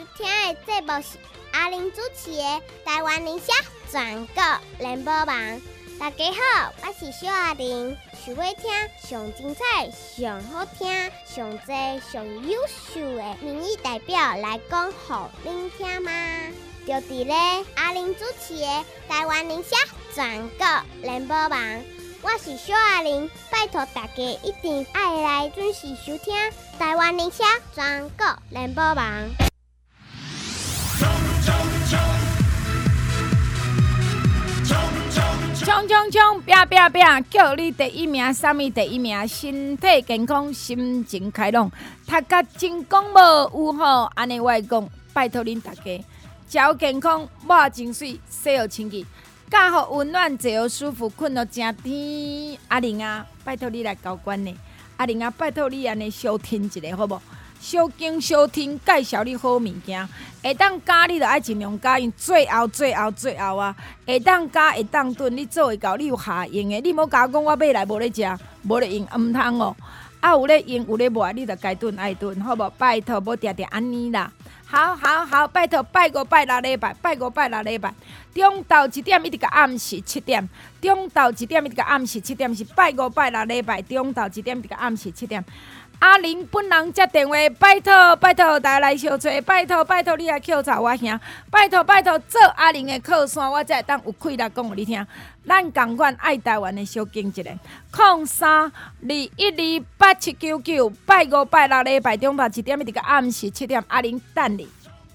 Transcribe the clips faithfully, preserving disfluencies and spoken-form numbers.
听的节目是阿玲主持的《台湾理社全国联播网》。大家好，我是小阿玲。想要听上精彩、上好听、上多、上优秀的民意代表来讲，互恁听吗？就伫咧阿玲主持的《台湾理社全国联播网》。我是小阿玲，拜托大家一定爱来准时收听台湾理社全国联播网。 冲冲冲，拼拼拼，叫你第一名，啥物第一名？身体健康，心情开朗，读甲真讲无有吼，安尼我会讲，拜托恁大家，食健康，抹真水，洗好清气。觉好温暖，坐好舒服，困好正甜。阿玲啊，拜托你来交关呢。阿玲啊，拜托你安尼小听一下，好无？小经小听，介绍你好物件。会当加你就爱尽量加，因最后最后最后啊，会当加会当炖，你做会到，你有下用的，你莫甲我讲我买来无咧食，无咧用，毋通哦。啊有咧用有咧卖，你就该炖爱炖，好无？拜托，无定定安尼啦。好好好，拜托拜五拜六礼拜，拜五拜六礼拜，中昼一点一直到暗时七点，中昼一点一直到暗时七点是拜五拜六礼拜，中昼一点一直到暗时七点。阿玲本人接电话，拜托拜托，大家来相找，拜托拜托，你来扣查我兄，拜托拜托，做阿玲的靠山，我才会当有气力讲互你听。咱共款爱台湾的小经一个，零三二一二八七九九，拜五拜六礼拜中昼一点一直到暗时七点，阿玲等你。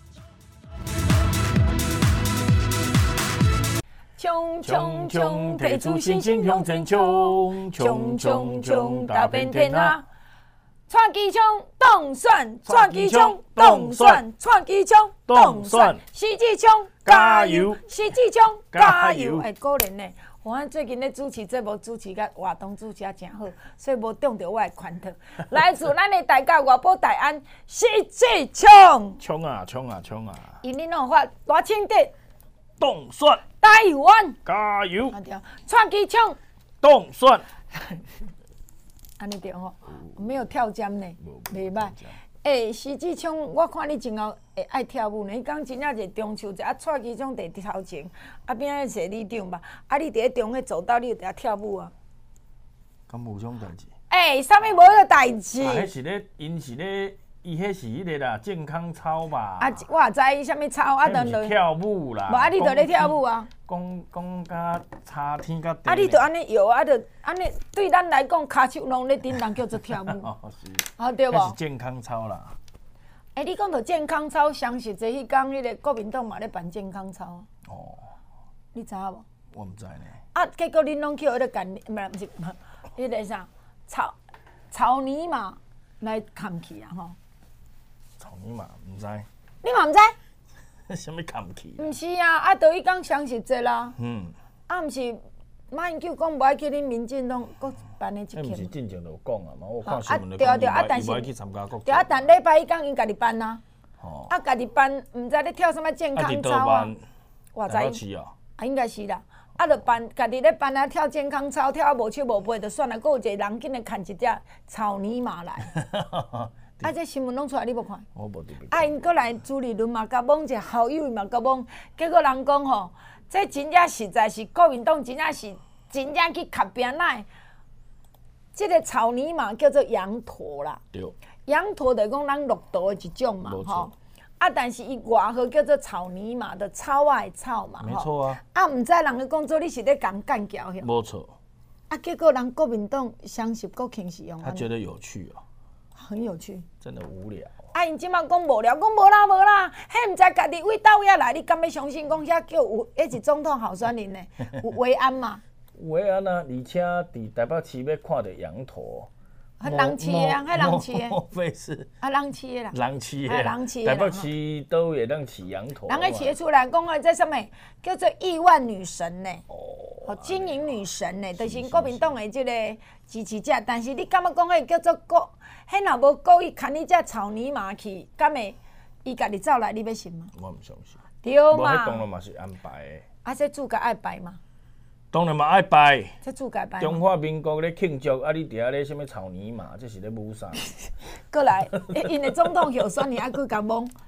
冲冲冲，提出新星向前冲，冲冲冲，打遍天下。窜机枪动算，窜机枪动算，窜机枪动算，徐志强加油，徐志强加油！哎，果然呢，我最近咧主持节目，主持甲活动主持啊真好，所以无中到我的圈套。来自咱的大家外宝大安，徐志强， 冲啊冲啊冲啊！ 因恁有法大清的动算， 台湾加油！ 窜机枪动算。 安尼对吼，没有跳针呢，袂歹。诶，徐志强，我看你真后会爱跳舞呢。迄讲真正是中秋节，啊，蔡其昌伫头前，啊边仔是里长吧，啊你伫咧中迄走道，你就伫遐跳舞啊。 敢无种代志？ 诶，啥物无迄个代志？ 啊，迄是咧，因是咧，伊迄是迄个啦，健康操吧。 啊，我也知伊啥物操，啊，等落跳舞啦。 无啊，你著咧跳舞啊。 讲讲甲差天甲地。 啊，你著安尼摇，啊，著安尼对咱来讲，骹手拢咧叮当叫做跳舞。 哦，是。 啊，对无？ 那是健康操啦。 诶，你讲到健康操，详细者迄讲，迄个国民党嘛咧办健康操。哦。你知影无？ 我毋知呢。 啊，结果恁拢去迄个干，毋是毋是，迄个啥草草泥马来砍去啊吼。 草泥马毋知。 你嘛毋知？ 什么砍去？ 毋是啊，啊，就伊讲详细者啦。 嗯。 啊，毋是马英九讲无爱去恁民进党搁办的一件。迄毋是进前就有讲啊嘛，我看新闻就讲伊无爱去参加国。 对啊，但礼拜伊讲因家己办啊。哦。啊，家己办，毋知咧跳什么健康操啊？ 我知。 啊，应该是啦。啊，就办家己咧办啊，跳健康操，跳啊无手无背就算了，搁有一个人紧来牵一只草泥马来。啊！这新闻拢出来，你无看？ 我无特别。 啊，因过来朱立伦嘛，甲蒙一个好友嘛，甲蒙，结果人讲吼，这真正实在是国民党真正是真正去卡边来。这个草泥马叫做羊驼啦。对。羊驼就讲咱骆驼的一种嘛，吼。啊，但是伊外号叫做草泥马的草外草嘛， 没错啊。 啊，毋知人咧讲做你是咧讲干桥遐。 没错。 啊，结果人国民党相信国庆是用。 他觉得有趣哦。 很有趣， 真的无聊。 啊，因即马讲无聊，讲无啦无啦，迄毋知家己为倒遐来，你敢要相信讲遐叫有，迄是总统候选人呢？有维安嘛？ 维安啊，而且伫台北市要看到羊驼。 迄人饲的啊，迄人饲的。 莫非是？ 啊，人饲的啦。 人饲的。 人饲的。 台北市都会当饲羊驼。 人个饲得出来，讲个这什么叫做亿万女神呢？哦，经营女神呢，就是国民党的即个支持者。但是你感觉讲迄叫做国？迄若无故意牵你只草泥马去，敢会伊家己走来？你要信吗？ 我毋相信。 对嘛？ 无，迄当然嘛是安排的。 啊，这主角爱摆嘛？ 当然嘛爱摆。 这主角摆。 中华民国咧庆祝，啊你伫遐咧什么草泥马，这是咧舞啥？ 过来，因的总统候选人还去甲蒙，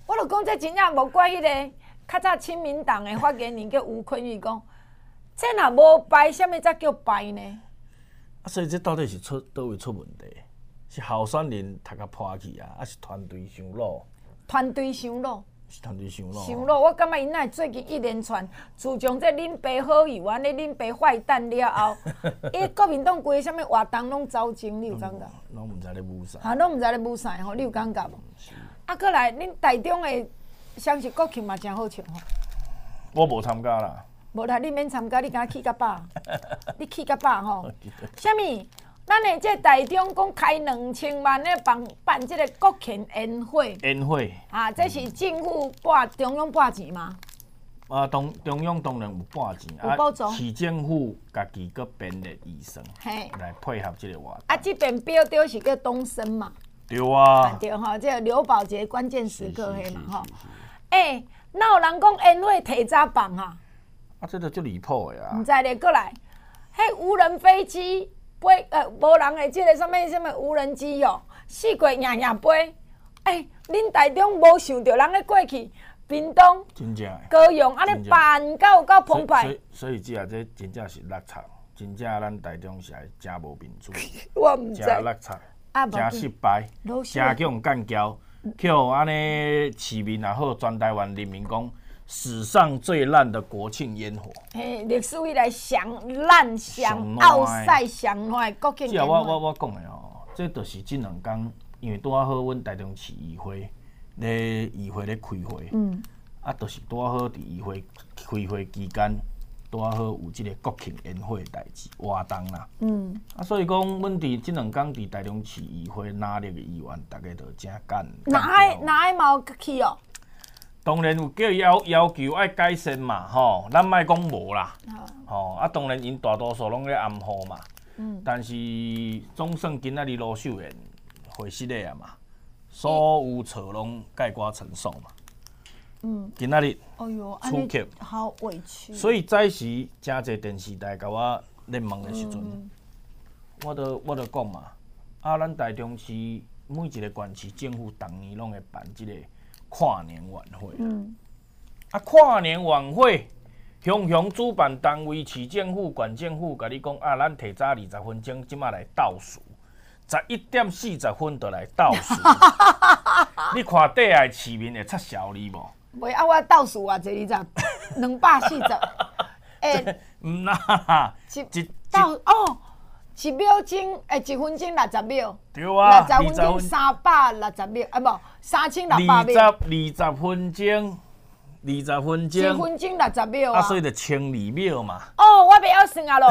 我就讲这真正无怪迄个较早亲民党的发言人叫吴坤玉讲，这若无败，啥物才叫败呢？ 啊，所以这到底是出倒位出问题？是候选人读甲破去啊，还是团队伤老？ 团队伤老。 是团队伤老。 伤老，我感觉因那最近一连串，自从这恁爸好友安尼恁爸坏蛋了后，伊国民党规个啥物活动拢走精，你有感觉？ 拢毋知咧舞啥。 哈，拢毋知咧舞啥吼，你有感觉无？啊，过来，恁台中的双十国庆嘛真好笑吼。 我无参加啦。 无啦，你免参加，你敢去甲饱？你去甲饱吼？啥物？咱的这台中讲开两千万咧办办这个国庆宴会。 宴会。 啊，这是政府拨中央拨钱吗？ 啊，中中央当然有拨钱， 有补助。 啊，市政府家己搁编列预算来配合这个活动。 啊，这边标着是叫东升嘛。 对啊。 对吼，这个刘宝杰关键时刻迄嘛吼。哎，哪有人讲宴会提早办啊？ 啊，这个就离谱的啊！ 唔知咧，过来，迄无人飞机。飞呃，无人的即个什物什物无人机哦，四过夜夜飞。哎、欸，恁台中无想到人咧过去，屏东、 真正高雄安尼办到够澎湃。 所以所以这啊，这真正是落差，真正咱台中是真无民主， 我毋知。 真落差，真失败，真强干交，叫安尼市民也好，全台湾人民讲。史上最烂的国庆烟火， 嘿，历史以来上烂、上奥赛、上烂国庆烟火。 我我我讲的哦，这就是这两天，因为拄啊好，阮台中市议会咧议会咧开会，嗯，啊，就是拄啊好伫议会开会期间，拄啊好有即个国庆烟火的代志活动啦，嗯，啊，所以讲，阮伫这两天伫台中市议会拿力的议员，大家都真干。 哪爱哪爱嘛有去哦？ 当然有叫要要求爱改善嘛，吼，咱莫讲无啦，吼啊，当然因大多数拢咧暗号嘛，嗯，但是总算今仔日卢秀燕回失的啊嘛，所有错拢概括承受嘛，嗯，今仔日出糗， 好委屈， 所以早时真侪电视台甲我咧问的时阵，嗯、我都我都讲嘛，啊，咱台中市每一个县市政府逐年拢会办即个。跨年晚会，嗯，啊，跨年晚会，雄雄主办单位市政府、县政府，甲你讲啊，咱提早二十分钟，即马来倒数，十一点四十分就来倒数。你看底下市民会插笑你无？ 袂啊，我倒数啊，这二十，两百四十。 诶，唔啦， 一一倒哦。一秒钟，诶，一分钟六十秒， 对啊， 六十分钟三百六十秒，啊无三千六百秒。 二十二十分钟，二十分钟。 一分钟六十秒啊。 啊，所以就千二秒嘛。 哦，我袂晓算啊咯。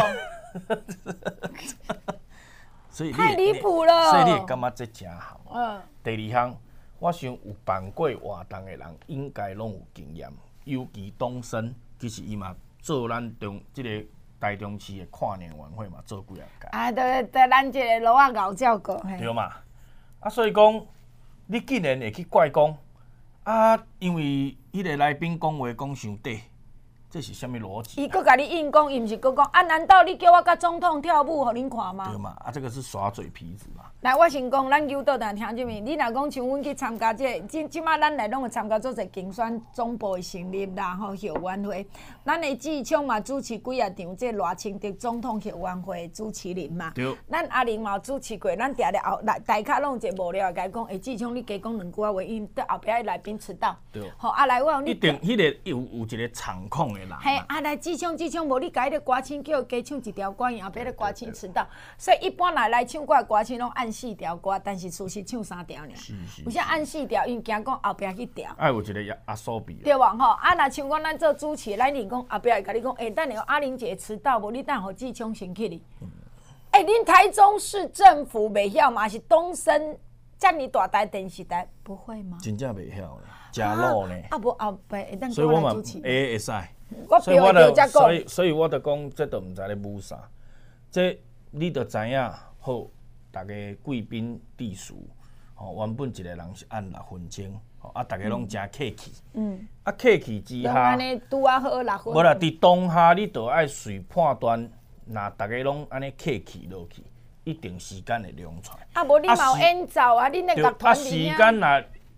所以太离谱了。 所以你会感觉这真好。 嗯。 第二项，我想有办过活动的人，应该拢有经验，尤其东升，其实伊嘛做咱中即个。台中市的跨年晚会嘛，做几啊届？ 啊，对对，咱这个罗仔熬照过。 对嘛？啊，所以讲，你竟然会去怪讲啊，因为迄个来宾讲话讲伤短，这是啥物逻辑？ 伊搁甲你硬讲，伊毋是搁讲啊？难道你叫我甲总统跳舞，互恁看吗？ 对嘛？啊，这个是耍嘴皮子嘛。 来，我先讲，咱有倒当听即面，你若讲像阮去参加即、這個，即即马咱来拢有参加做者竞选总部的成立啦，吼校晚会，咱的志昌嘛主持几啊场即赖清德总统校晚会主持人嘛。 对。 咱阿玲嘛主持过，咱定定后来大卡拢有一个无聊，甲伊讲，诶，志昌你加讲两句话，因对后壁迄来宾迟到。 对。 吼，啊来我一定迄个有有一个场控的人。 嘿，啊来志昌志昌，无你甲迄个歌星叫加唱一条歌，因后壁迄个歌星迟到，所以一般来来唱歌的歌星拢按四条歌，但是事实唱三条尔。 是是。 有些按四条，因惊讲后壁去调。 爱有一个压压缩比。 对吧？吼，啊，若像阮咱做主持，咱liền讲后壁会甲你讲，诶、欸，等下阿玲姐迟到，无你等互志昌先去哩。诶、嗯，恁、欸、台中市政府袂晓嘛？是东升遮尔大台电视台，不会吗？ 真正袂晓咧，真老呢。 啊，无后壁会当叫我来主持。 会会使。 我所以我就所以所以我就讲，这都毋知咧舞啥。这你着知影好，大家贵宾地数，吼，原本一个人是按六分钟，吼，啊，大家拢真客气。嗯。啊，客气之下， 安尼拄啊好六分。 无啦，伫当下你着爱随判断，若大家拢安尼客气落去，一定时间会量出来。 啊，无你嘛有演奏啊，恁咧乐团啊，时间若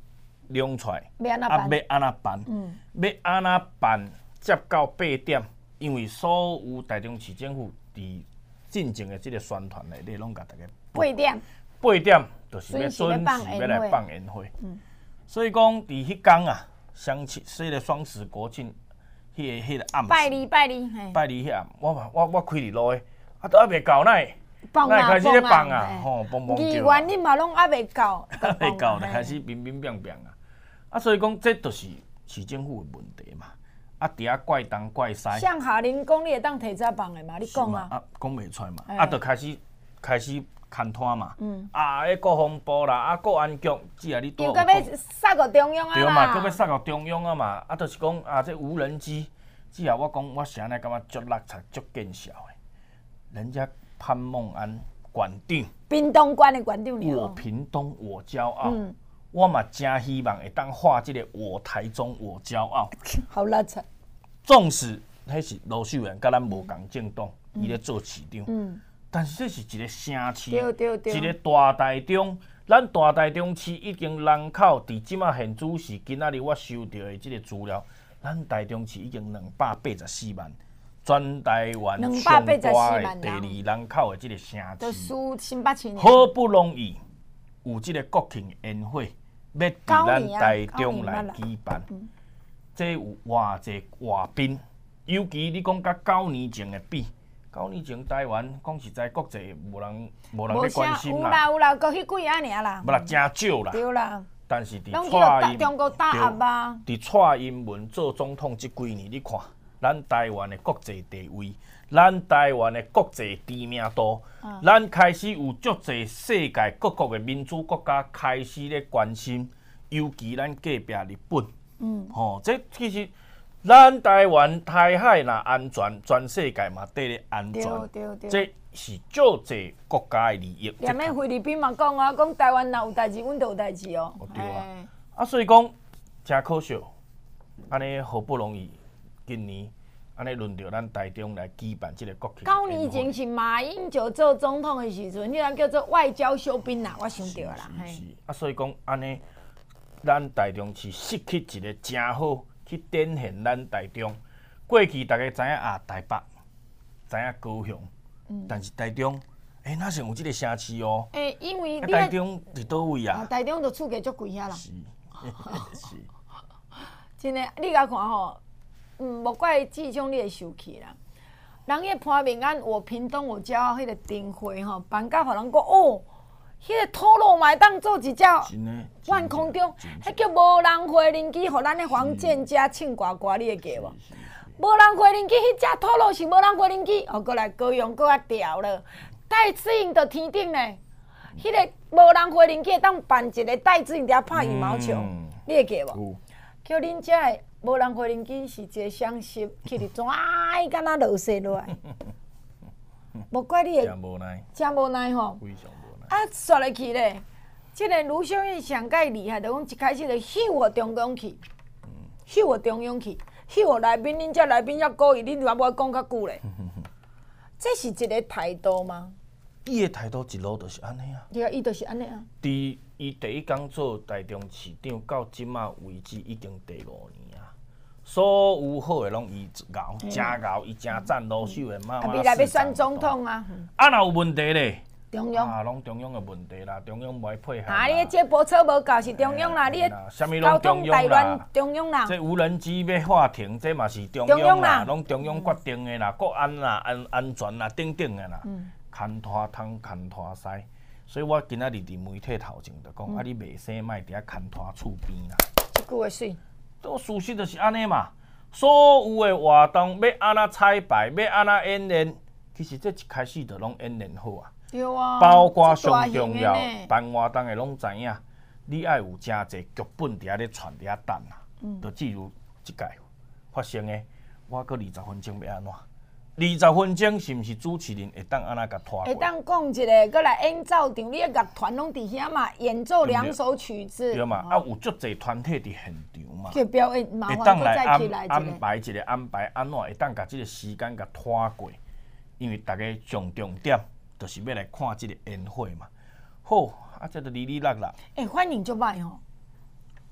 量出来，啊， 要安怎办？ 要安怎办？ 嗯， 要安怎办？接到八点，因为所有台中市政府伫进前的即个宣传内底，拢甲大家八点， 八点就是要准时要准放时要来宴会放宴会。 嗯， 所以讲伫迄天啊，相亲，说个双十国庆，迄、个迄、个暗时拜二拜二，嘿， 拜二迄暗，我嘛我我开伫路的，啊，都还袂到，奈放啊奈开始咧放放啊， 嘿吼，蹦蹦议叫啊。 员你嘛拢还袂到， 还袂到，就嘿开始乒乒乓乓啊！啊，所以讲这就是市政府的问题嘛。啊，伫遐怪东怪西， 像夏林讲你会当提早放的嘛？你讲啊， 啊，讲袂出来嘛。 嘿啊，就开始开始牵拖嘛。 嗯。 啊，迄国防部啦，啊，国安局，只啊你都又有讲搁要杀到中央啊对嘛， 啦搁要杀到中央啊嘛。啊，就是讲啊，这无人机，只啊我讲我是安尼感觉足落差、足见效的。人家潘孟安馆长， 屏东县的县长我了。 屏东我骄傲。 嗯， 我嘛真希望会当画即个我台中我骄傲。 好拉扯。 纵使迄是罗秀元，甲咱无共政党，伊咧做市长， 嗯， 但是这是一个城市， 对对对一个大台中。咱大台中市已经人口伫即马现主是今仔日我收到的即个资料，咱台中市已经两百八十四万，全台湾上大的第二人口的即个城就市。 输新北市。 好不容易有即个国庆宴会，要伫咱台中来举办，这有偌济外宾，尤其你讲甲九年前的比，九年前台湾讲实在国际无人无人咧关心有啦， 啦有啦，过去几啊尔啦。 无啦真少啦。 对啦。 但是伫拢蔡英叫中国打压啊。 伫蔡英文做总统即几年，你看咱台湾的国际地位，咱台湾的国际知名度， 嗯咱开始有足侪世界各国的民主国家开始咧关心，尤其咱隔壁日本。嗯，吼、哦，这其实咱台湾台海若安全，全世界嘛得咧安全。 对对对。 这是足侪国家的利益。 连迄菲律宾嘛讲啊，讲台湾若有代志，阮就有代志哦。 哦对啊，啊所以讲真可惜，安尼好不容易今年安尼轮到咱台中来举办这个国庆。 九年前是马英九做总统的时阵，迄个叫做外交休兵啦，我想到啦。 是是，啊所以讲安尼，咱台中市失去一个真好去展现咱台中。过去大家知影啊，台北，知影高雄，嗯、但是台中，诶、欸，哪是有即个城市哦？ 诶、欸，因为啊， 你台中伫倒位啊？ 台中就厝价足贵遐啦。 是是。 真诶，你甲看吼，嗯，无怪志忠你会生气啦。人迄潘明安，我屏东我骄傲，迄个灯会吼，办甲互人讲哦，迄个土路嘛会当做一只万空中，迄叫无人回灵机，互咱的黄建家唱歌歌，你会记无？无人回灵机，迄只土路是无人回灵机，哦，过来高雄搁较调了，戴志颖到天顶咧，迄个无人回灵机会当办一个戴志颖伫遐拍羽毛球，嗯、你会记无？叫恁遮的无人回灵机是一个双十，去伫拽敢若落雪落来，无怪你会真无奈， 真无奈吼。 非常无奈。 啊，刷落去咧，即、这个卢秀燕上介厉害，就讲一开始就秀互中央去，秀互中央去，秀互来宾，恁遮来宾遐故意，恁还无讲较久咧。这是一个态度吗？ 伊的态度一路就是安尼啊。 对啊，伊就是安尼啊。 伫伊第一天做台中市长到即马为止，已经第五年啊。所有好的拢伊熬，真熬，伊真赞卢秀的妈妈。 啊，未来要选总统啊。 啊，若有问题咧？ 中央啊，拢中央的问题啦，中央无爱配合。 啊，你这波车无够是中央啦，你交通台湾中央啦。 这无人机要划停，这嘛是中央啦，拢中央决定的啦，国安啦、安安全啦、等等的啦。牵拖东，牵拖西，所以我今仔日伫媒体头前就讲，啊，你袂使卖伫遐牵拖厝边啦。 这句话水。 都事实就是安尼嘛，所有的活动要安怎彩排，要安怎演练，其实这一开始就拢演练好啊。 对啊。 包括上重要，办活动的拢知影，你爱有真侪剧本伫遐咧传伫遐等啊。嗯。就至如即届发生的，我搁二十分钟要安怎？二十分钟是毋是主持人会当安怎甲拖过？ 会当讲一个，搁来演奏场，你个乐团拢伫遐嘛，演奏两首曲子。 对嘛？啊，有足侪团体伫现场嘛。 去表演，麻会烦搁当来安再起来一安个。 排一个安排安怎会当甲即个时间甲拖过？因为大家上重点就是要来看即个宴会嘛。好，啊，这都哩哩啦啦。 诶、反应足歹吼。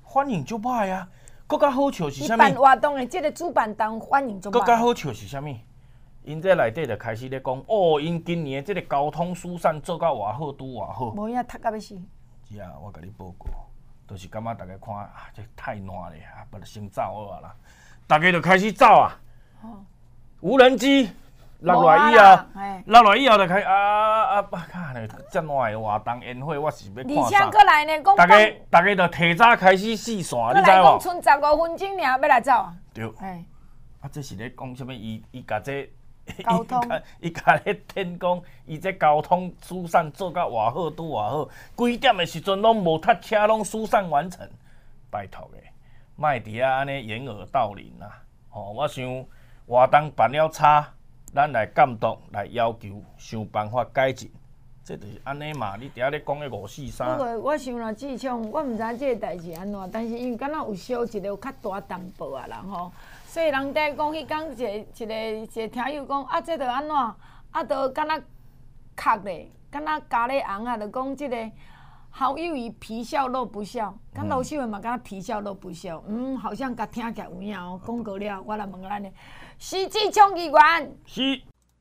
反应足歹啊！搁较好笑是啥物？ 办活动的即个主办单反应足歹。 搁较好笑是啥物？因这内底就开始咧讲，哦，因今年的即个交通疏散做到偌好，拄偌好。 无影读到要死。 是啊，我甲你报告，就是感觉大家看啊，这太烂了啊，不如先走好啊啦。大家就开始走啊。哦、无人机落来以后，落来以后就开啊啊啊！看咧，遮烂的活动宴会，我是要看啥？ 而且过来呢，讲大家大家就提早开始试线，你知无？ 剩十五分钟尔，要来走啊。 对。哎。啊，这是咧讲啥物？伊伊甲这。 交通， 伊甲咧天讲，伊这交通疏散做到偌好，拄偌好，几点的时阵拢无塞车，拢疏散完成。拜托诶，莫伫遐安尼掩耳盗铃啦！吼、哦，我想活动办了差，咱来监督，来要求，想办法改进。这就是安尼嘛，你伫遐咧讲个五四三。 不过我想啦，志强，我毋知即个代志安怎，但是因为敢若有小一个有较大淡薄啊啦吼。所以人在讲迄讲一个一个一个听友讲啊，这着安怎？啊，着敢若壳咧，敢若咖喱红啊，着讲即个好友伊皮笑肉不笑，敢老秀的嘛，敢若皮笑肉不笑。嗯，好像甲听起来有影哦。讲过了，我来问咱的徐志强议员。 是。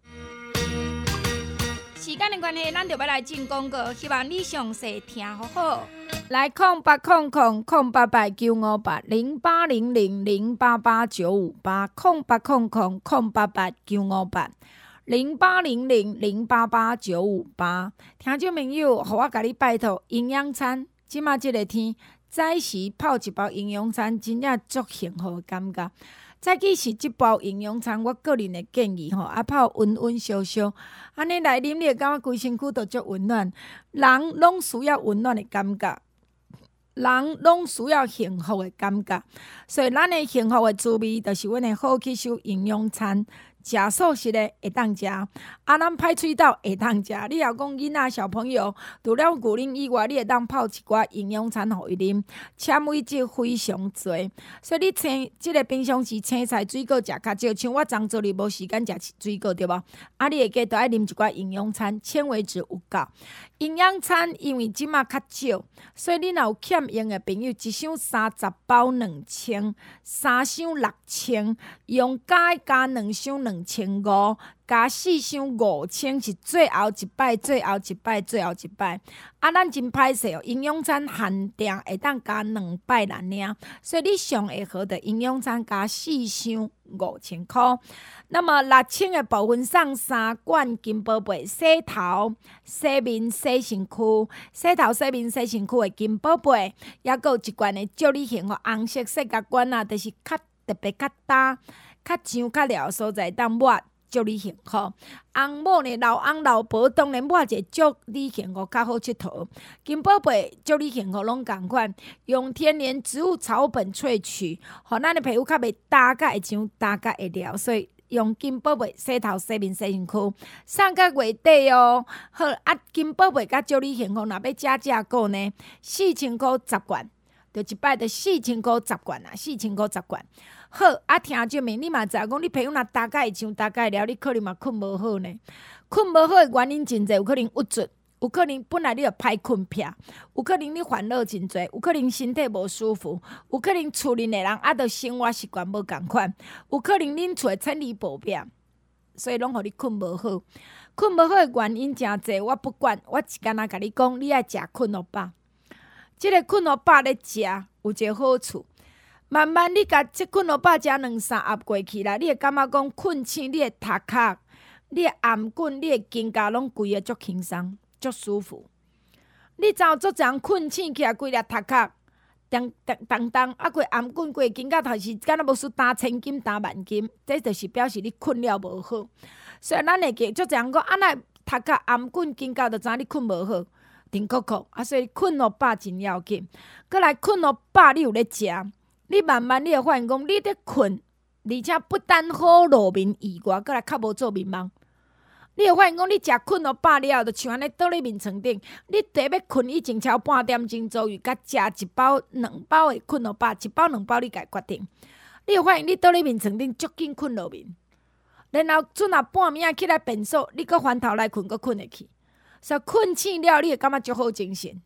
时间的关系，咱就要来进广告，希望你详细听好好。来，空八空空空八八九五八零八零零零八八九五八，空八空空空八八九五八零八零零零八八九五八。听众朋友，互我甲你拜托，营养餐，即马即个天，早时泡一包营养餐，真正足幸福的感觉。早起是即包营养餐，我个人的建议吼，啊泡温温烧烧，安尼来啉，你会感觉规身躯都足温暖。人拢需要温暖的感觉。人拢需要幸福的感觉，所以咱的幸福的滋味，就是阮的好吸收营养餐。食素食的会当食，啊，咱歹喙斗会当食。你若讲囡仔小朋友除了牛奶以外，你会当泡一寡营养餐互伊啉，纤维质非常侪。所以你青即个平常时青菜水果食较少，像我昨昨日无时间食水果对无？啊，你会记得爱啉一寡营养餐，纤维质有够。营养餐因为即马较少，所以你若有欠用的朋友，一箱三十包两千，三箱六千，用加加两箱两千五，加四箱五千，是最后一摆，最后一摆，最后一摆。啊，咱真歹势哦，营养餐限定会当加两摆来领，所以你上会好的营养餐加四箱五千块。那么六千的部分送三罐金宝贝洗头、洗面、洗身躯、洗头、洗面、洗身躯的金宝贝，也有一罐的祝你幸福红色洗甲罐啊，就是较特别较大、较上较了所在当抹。祝你幸福，翁某呢？老翁老婆当然抹者祝你幸福，较好佚佗。金宝贝祝你幸福拢共款，用天然植物草本萃取，互咱的皮肤较袂焦甲会痒，焦甲会了，所以用金宝贝洗头、洗面、洗身躯，送到月底哦。好啊，金宝贝甲祝你幸福，若要加价购呢，四千块十罐，就一摆就四千块十罐啊，四千块十罐。好啊，听众们，你嘛知影讲，你朋友若大概会像大概了，你可能嘛困无好呢。困无好的原因真侪，有可能郁卒，有可能本来你就歹困癖，有可能你烦恼真侪，有可能身体无舒服，有可能厝里的人啊，着生活习惯无共款，有可能恁厝千里保镖，所以拢互你困无好。困无好的原因真侪，我不管，我一干仔甲你讲，你爱食困乐饱。即、这个困乐饱咧食有一个好处。慢慢你甲即困落饱食两三盒过去啦，你会感觉讲困醒，你的头壳、你的颔棍、你的肩胛拢规个足轻松、足舒服。你知影足人困醒起来，规个头壳当当当当，啊，规颔棍、规肩胛头是敢若无输打千斤、打万斤，这就是表示你困了无好。所以咱会记足人讲，啊，那头壳、颔棍、肩胛就知影你困无好，顶酷酷啊！所以困落饱真要紧。过来困落饱，你有咧食。你慢慢你会发现讲，你伫困，而且不但好入眠以外，搁来较无做眠梦。你会发现讲，你食困落饱了后，就像安尼倒咧眠床顶。你第要困以前超半点钟左右，甲食一包、两包的困落饱，一包两包你家决定。你会发现你倒咧眠床顶足紧困入眠，然后阵啊半暝起来便所，你搁翻头来困，搁困会去。所以困醒了，你会感觉足好精神。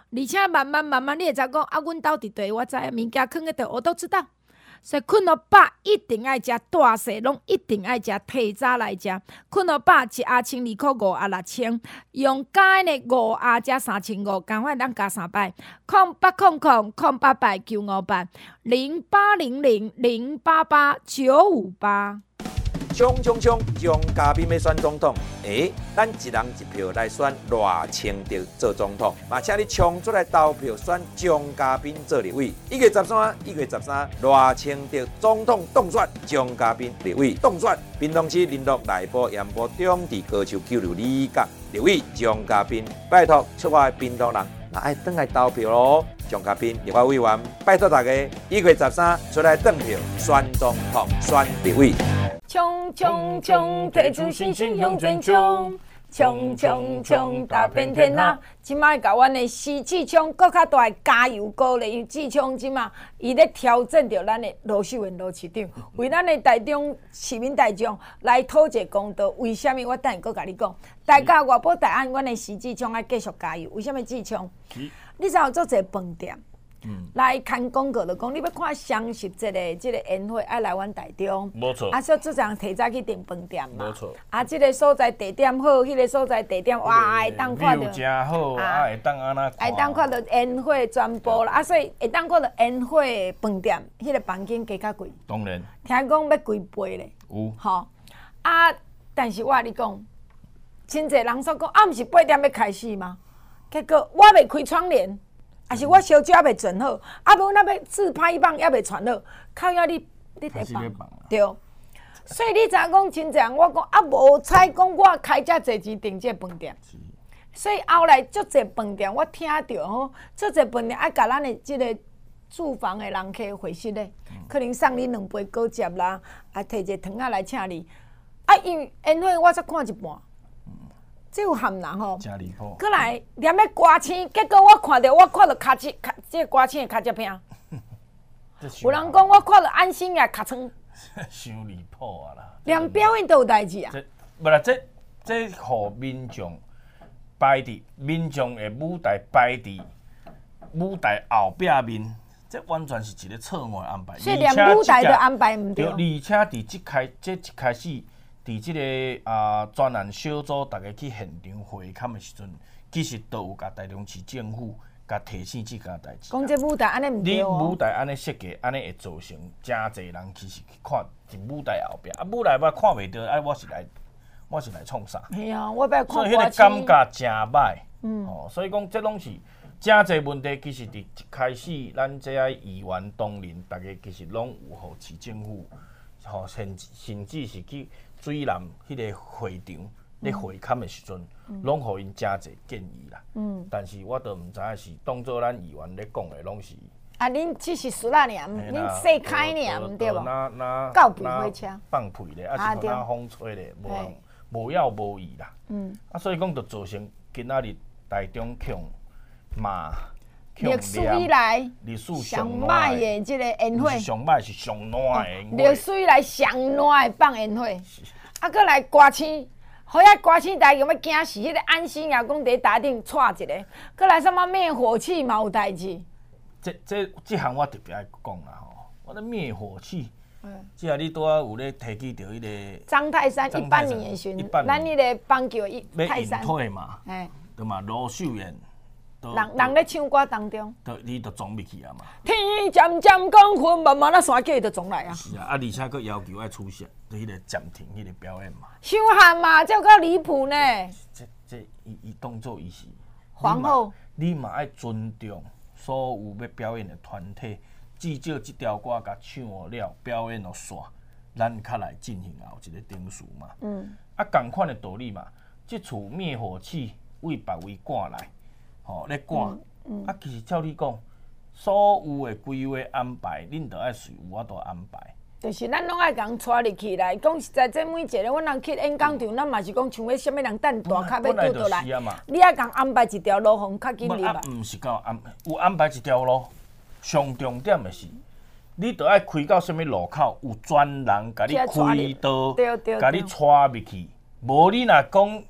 而且慢慢慢慢，你会知讲啊，阮兜伫地，我知影物件囥喺地，我都知道。所以困了饱一定爱食，大细拢一定爱食，提早来食。困了饱一盒千二箍，五盒六千，用加的五盒加三千五，赶快咱加三摆，空八空空空八百九五八零八零零零八八九五八。 冲冲冲！蒋家彬要选总统，诶，咱一人一票来选赖清德做总统，嘛，请你冲出来投票选蒋家彬做立委。一月十三，一月十三，赖清德总统当选，蒋家彬立委当选。屏东市林鹿内埔盐埔中地高球九六里角立委蒋家彬，拜托出外屏东人，那爱转来投票咯。蒋家彬立法委员，拜托大家一月十三出来投票选总统、选立委。 冲冲冲，提出信心向前冲！冲冲冲，打遍天下！即摆甲阮的施志昌搁较大加油鼓励，因为志昌即摆伊咧挑战着咱的罗秀燕罗市长，为咱的台中市民大众来讨一个公道。为虾米？我等下搁甲你讲。大家外保大安，阮的施志昌爱继续加油。为虾米志昌？你知有做一个饭店？嗯、来看广告就讲，你要看双十节的即个宴会，爱来阮台中。 无错。 啊，所以做人提早去订饭店嘛。 无错。 啊，即、这个所在地点好，迄、那个所在地点哇，会当看到。 真好，啊，会当安那看。 会当看到宴会全部啦，啊，所以会当看到宴会饭店，迄、那个房间加较贵。 当然。 听讲要贵倍咧。 有。 吼、啊，但是我甲你讲，真侪人说讲，啊，毋是八点要开始吗？结果我未开窗帘。啊是我烧酒还袂准好，啊无那要自拍棒还袂传好，靠要你你得放，对。所以你知影讲真正我讲啊无采讲我开遮侪钱订这饭店，所以后来足侪饭店我听到吼，足侪饭店爱甲咱的即个住房的人客回信咧，可能送你两杯果汁啦，啊摕一个糖仔来请你，啊因为宴会我才看一半。这有含人吼， 真离谱。 过来念咧歌星，结果我看到我看到卡子卡，这歌星的卡只片。有人讲我看到安心也卡床。 伤离谱啊啦！ 连表演都有代志啊。 这不啦，这这互民众摆伫民众的舞台摆伫舞台后壁面，这完全是一个错误的安排。 所以连舞台都安排唔对。 而且伫即开这一开始。伫即、这个啊专案小组，大家去现场会勘的时阵，其实都有甲台中市政府甲提醒即件代志。 讲这舞台安尼唔对哦。 你舞台安尼设计，安尼会造成真侪人其实去看伫舞台后壁，啊舞台我看袂到，啊我是来我是来创啥？ 系啊，我要看。 所以迄个感觉真歹。嗯。哦，所以讲这拢是真侪问题，其实伫一开始，咱这些议员同仁，大家其实拢有互市政府，吼甚甚至是去。水南迄个会场咧会勘的时阵，拢互因真侪建议啦。嗯，但是我都毋知影是当做咱议员咧讲的，拢是。啊， 恁只是输啦尔，恁细开尔，对无？ 那那告别火车放屁咧，啊是那风吹咧，无无要无义啦。嗯，啊所以讲就造成今仔日台中强骂。 历史以来， 历史上歹的即个宴会， 上歹是上烂的宴会。 历史以来上烂的放宴会，啊，搁来歌星，好遐歌星大家要惊死，迄个安心也讲伫台顶踹一个，搁来什么灭火器嘛有代志。 这这这项我特别爱讲啦吼，我咧灭火器，即下你拄仔有咧提起着迄个张泰山一八年的时阵，咱迄个棒球一泰山， 要引退嘛，哎，对嘛，罗秀燕。 人人咧唱歌当中， 你就撞入去啊嘛！ 天渐渐降昏，慢慢啊山起就撞来啊！ 是啊，啊而且佫要求爱出席，就迄个暂停迄个表演嘛。 伤悍嘛，这够离谱呢！ 这这伊伊当做伊是皇后， 你嘛爱尊重所有要表演的团体，至少即条歌甲唱了，表演了煞，咱较来进行后一个定数嘛。嗯。啊，共款的道理嘛，即厝灭火器为别位赶来。吼，咧赶，嗯嗯、啊，其实照你讲，所有的规划安排，恁着爱随有法度安排。 就是咱拢爱共带入去来，讲实在，这每一个阮人去演讲场，咱嘛是讲像要啥物人等大卡要拄倒来，你爱共安排一条路，互较紧入来。 啊，毋是讲安有安排一条路，上重点的是，你着爱开到啥物路口，有专人甲你开道，甲你带入去。无你若讲。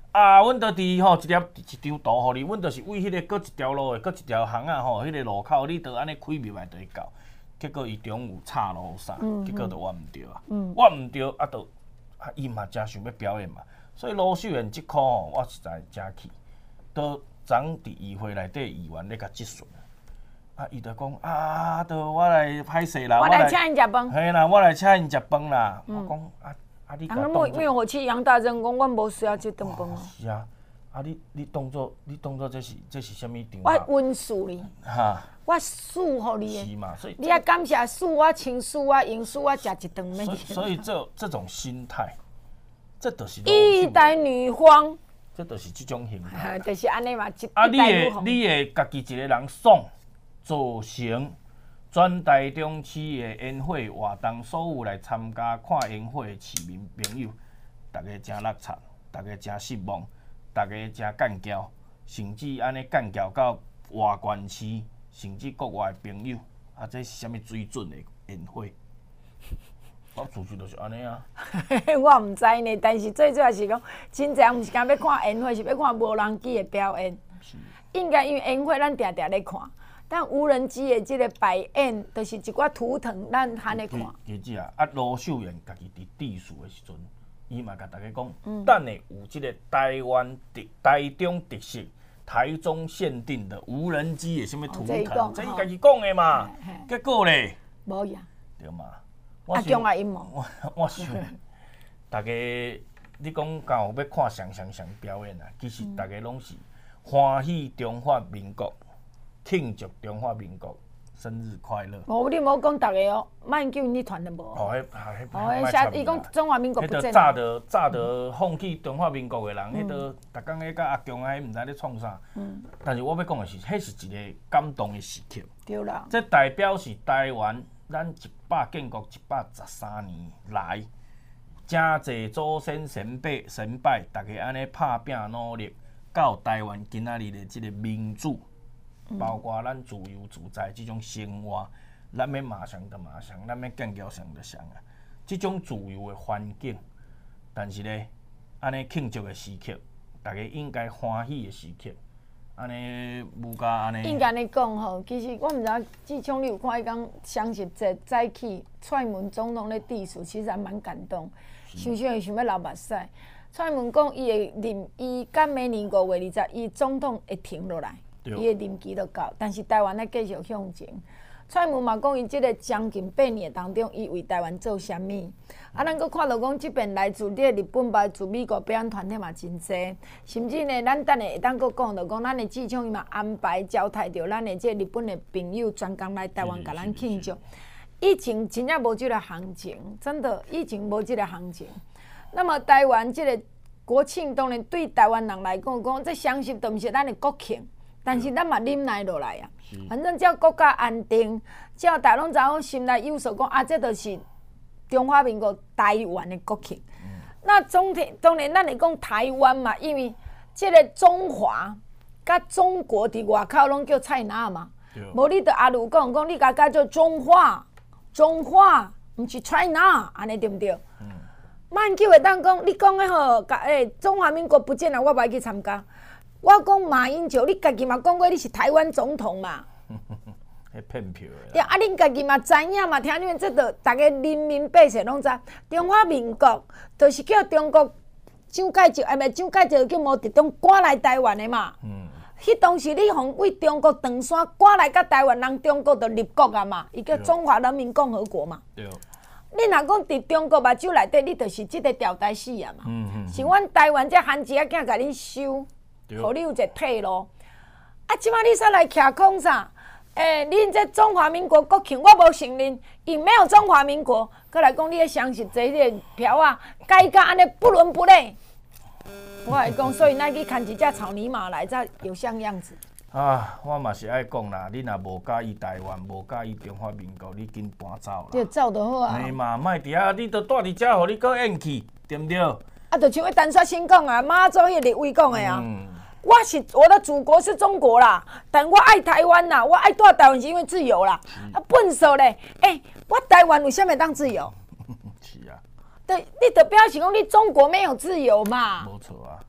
啊，阮着伫吼一粒一张图，互你，阮着是为迄个搁一条路的，搁一条巷仔吼，迄个路口，你着安尼开入来就会到。结果伊中午岔路啥，结果就我毋对啊，我毋对啊，着啊伊嘛真想要表演嘛，所以罗秀燕即箍吼，我实在真气。都昨伫议会内底议员咧甲质询，啊，伊着讲啊，着我来歹势啦， 我来请因食饭。 嘿啦，我来请因食饭啦。我讲啊啊，你甲当作没有我去杨大人讲，阮无需要这顿饭啊。 是啊，啊你你当作你当作这是这是啥物场我合？ 温书你， 哈， 我输互你的。 是嘛？所以你也感谢输我请输我赢输我食一顿面。 所以所以这这种心态，这就是一代女皇。 这就是这种形态， 就是安尼嘛。 啊，你会你会家己一个人爽，造成全台中市的烟火活动，所有来参加看烟火的市民朋友，大家真落惨，大家真失望，大家真干交，甚至安尼干交到外县市，甚至国外的朋友，啊，这是啥物水准的烟火？我自序就是安尼啊。 我毋知呢，但是最主要是讲，真正毋是讲要看烟火，是要看无人机的表演。应该因为烟火咱定定咧看，但无人机的即个摆演，就是一寡图腾，咱还咧看。 其实啊，啊罗秀燕家己伫致辞的时阵，伊嘛甲大家讲，等下有即个台湾特台中特色、台中限定的无人机的什么图腾，这伊家己讲的嘛。结果咧， 无呀， 对嘛？ 啊，中华阴谋。 我我想，大家你讲敢有要看上上上表演啊？其实大家拢是欢喜中华民国，庆祝中华民国生日快乐。 无你无讲大家哦，莫叫因去传的无。 哦，迄迄哦，迄写伊讲中华民国不正。 迄早着早着放弃中华民国的人，迄个逐工咧甲阿强啊，毋知咧创啥。嗯。但是我要讲的是，迄是一个感动的时刻。 对啦。 这代表是台湾。咱一百建国一百十三年来，真侪祖先神拜神拜，大家安尼拍拼努力，到台湾今仔日的即个民主，包括咱自由自在即种生活，咱要马上就马上，咱要建交上就上啊！即种自由的环境，但是咧，安尼庆祝的时刻，大家应该欢喜的时刻。安尼无甲安尼。 应该安尼讲吼，其实我毋知影志聪你有看伊讲双十节早起蔡英文总统咧致辞，其实还蛮感动。想想会想要流目屎。蔡英文讲伊会任，伊甲明年五月二十，伊总统会停落来，伊的任期就到，但是台湾咧继续向前。蔡英文嘛讲，伊即个将近八年当中，伊为台湾做啥物？啊，咱搁看到讲，即边来自即个日本、来自美国表演团体嘛真济，甚至呢，咱等下会当搁讲到讲，咱的志聪伊嘛安排招待着咱的即个日本的朋友专工来台湾，甲咱庆祝。以前真正无即个行情，真的以前无即个行情。那么台湾即个国庆，当然对台湾人来讲，讲这双十都毋是咱的国庆。但是咱嘛忍耐落来啊，反正只要国家安定，只要大家拢知影心内有数，讲啊，这就是中华民国台湾的国庆。嗯、那总体当然咱会讲台湾嘛，因为这个中华甲中国伫外口拢叫菜拿嘛，无你着阿鲁讲讲，你甲改做中华，中华毋是 China， 安尼对毋对？慢叫会当讲，你讲的吼，甲诶中华民国不见了，我袂去参加。我讲马英九，你家己嘛讲过你是台湾总统嘛？ 迄骗票的。 对啊，恁家己嘛知影嘛，听你们这个大家人民百姓拢知，中华民国就是叫中国蒋介石，哎，咪蒋介石叫毛泽东赶来台湾的嘛。嗯。迄当时你互为中国长山赶来甲台湾人，中国就立国啊嘛，伊叫中华人民共和国嘛。对。你若讲伫中国目睭内底，你就是即个条带死啊嘛。嗯嗯。是阮台湾这汉子仔囝甲恁收。互你有一个退路，啊！即摆你煞来徛讲啥？诶、欸，恁这中华民国国庆我无承认，伊没有中华民国，搁来讲你咧双十节迄个票啊，改甲安尼不伦不类。我来讲，所以咱去牵一只草泥马来才有像样子。 啊，我嘛是爱讲啦，你若无介意台湾，无介意中华民国，你紧搬走啦。 就走就好啊。 嘿嘛，莫伫遐，你都住伫遮，互你搁厌去，对毋对？ 啊，就像迄陈雪先讲啊，马祖迄立委讲的啊。嗯我是我的祖国是中国啦，但我爱台湾啦，我爱住台湾是因为自由啦。啊，笨手咧，哎、欸，我台湾为什么当自由？是啊。对，你得表示讲你中国没有自由嘛？ 没错啊。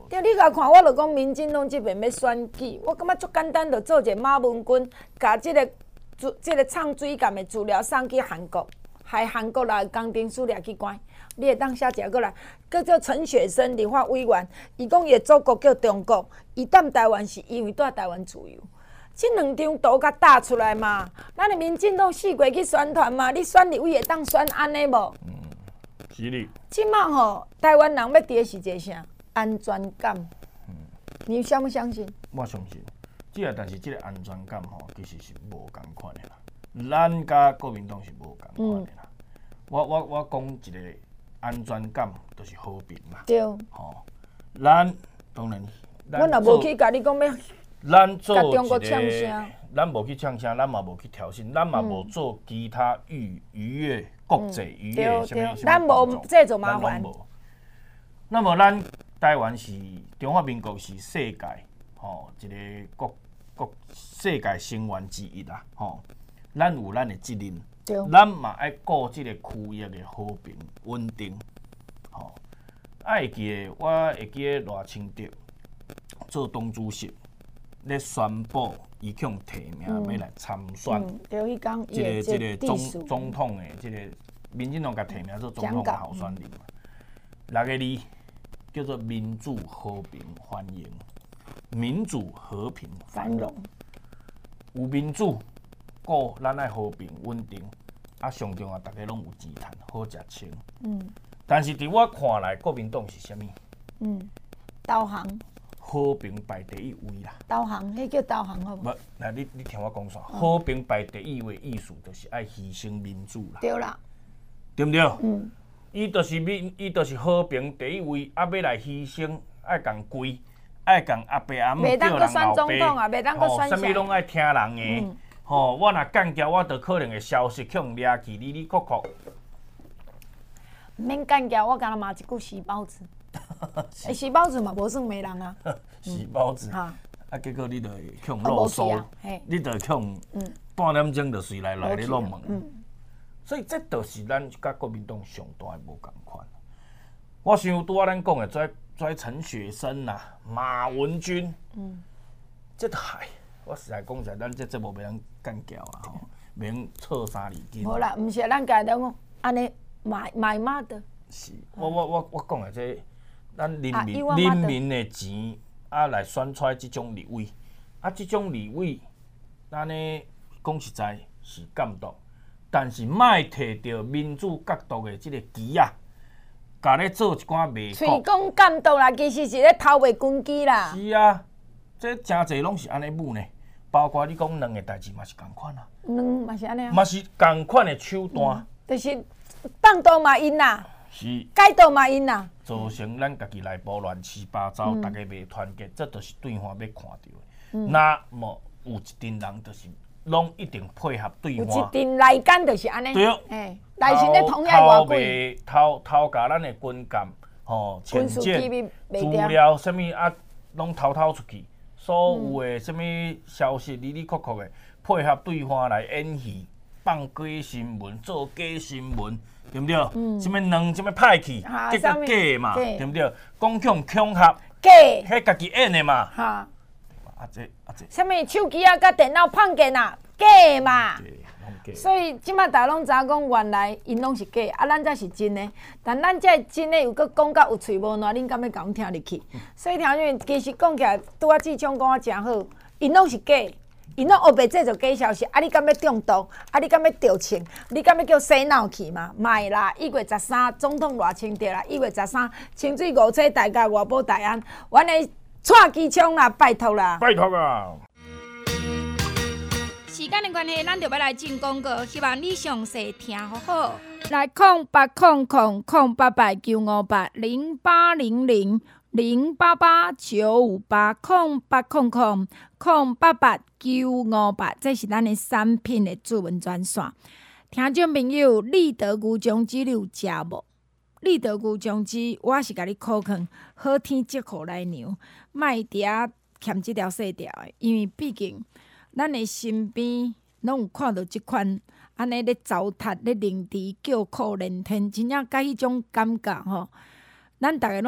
对，你甲看，我就讲民进党即边要选举，我感觉足简单，就做一个马文君，甲即、这个即、这个唱水监的资料送去韩国，害韩国来工程师掠去关。你会当写一个过来，叫做陈雪生立法委员，伊讲伊的祖国叫中国，伊踮台湾是因为住台湾自由。即两张图甲打出来嘛，咱的民进党四过去宣传嘛，你选立委会当选安尼无？ 嗯，是哩。 即摆吼，台湾人要伫的是一个啥？安全感。嗯，你相不相信？ 我相信，只个但是即个安全感吼，其实是无共款的啦。咱甲国民党是无共款的啦。嗯、我我我讲一个。安全感就是和平嘛。 对。 吼，咱当然， 阮也无去甲你讲要。 咱做中国呛声， 咱无去呛声，咱嘛无去挑衅，咱嘛无做其他逾逾越国际逾越什么什么。 咱无这种麻烦。 那么咱台湾是中华民国是世界吼一个国国世界成员之一啦吼，咱有咱的责任。咱嘛爱顾即个区域的和平稳定，吼、哦。啊会记得，我会记得赖清德做党主席，咧宣布伊去用提名要来参选，即、嗯、个即个总总统的即、这个民进党甲提名做总统的候选人嘛。六个字叫做民主和平欢迎，民主和平繁荣，有民主。顾咱爱和平稳定，啊上重要，大家拢有钱趁，好食穿。嗯。但是伫我看来，国民党是啥物？ 嗯，导航。 和平排第一位啦。 导航，迄叫导航好无？ 无，来你你听我讲煞，嗯、和平排第一位意思就是爱牺牲民主啦。 对啦。 对毋对？嗯。伊就是民，伊就是和平第一位，啊要来牺牲，爱共跪，爱共阿伯阿母叫人后爸，吼，啥物拢爱听人诶。嗯吼、哦，我若干交，我着可能会消息去互掠去，哩哩哭哭。 毋免干交，我敢若骂一句死包子。诶，死包子嘛，无算骂人啊。 死包子。哈、嗯。啊，結果你就去互囉嗦，你就去互半點鐘就隨來來咧攏問。嗯。所以這就是咱甲國民黨上大嘅無共款。我想拄仔咱講嘅，跩跩陳雪生啊、馬文君，嗯，這係。我實在講實，咱這節目袂當干交啊，吼，袂當錯三二斤。 無啦，毋是咱家己講安尼買買馬的。 是，我我我我講嘅這，咱人民人民的錢啊來選出來這種立委，啊這種立委，咱呢講實在是監督，但是莫摕到民主角度的這個旗啊，甲咧做一寡賣國。 嘴講監督啦，其實是咧偷賣軍機啦。 是啊，這真濟攏是安尼母呢。包括你講兩個代志嘛是共款啊， 兩嘛是安尼啊， 嘛是共款的手段， 嗯、就是放刀嘛因啦， 是改刀嘛因啦， 造成咱家己內部亂七八糟，大家袂團結，這都是對方要看到的。嗯、那麼有一群人就是攏一定配合對方， 有一群內奸就是安尼， 對， 哎，內心咧統一外鬼，偷偷甲咱的軍艦、吼潛艦、資料啥物啊，攏偷偷出去。所有的什麼消息，哩哩曲曲的，配合對方來演戲，放假新聞，做假新聞，對不對？嗯。什麼兩什麼歹去，結果假嘛，對不對？講強恐嚇， 假， 迄家己演的嘛。哈。啊這啊這。 什麼手機啊，甲電腦碰見啊，假嘛。所以即馬大家攏知影講，原來因攏是假，啊，咱才是真的。但咱這真的又閣講甲有喙無爛，恁敢要甲阮聽入去？嗯、所以聽眾其實講起來，拄仔志昌講啊誠好，因攏是假，因攏黑白製造假消息。啊，你敢要中毒？啊，你敢要著情？你敢要叫洗腦去嘛？賣啦！一月十三總統賴清德啦，一月十三清水五車大家外保大安，阮的蔡志昌啦，拜託啦！ 拜託啊！ 時間的關係，咱就要來進廣告，希望你詳細聽好好。來，空八空空空八八九五八零八零零零八八九五八空八空空空八八九五八，這是咱的產品的主文專線。聽眾朋友，立德牛種子你有食無？立德牛種子，我是甲你考勸，好天即可來牛，莫佇遐欠即條細條的，因為畢竟。咱的身邊攏有看到即款安尼咧糟蹋咧凌遲叫苦連天，真正甲迄種感覺吼，咱逐個攏有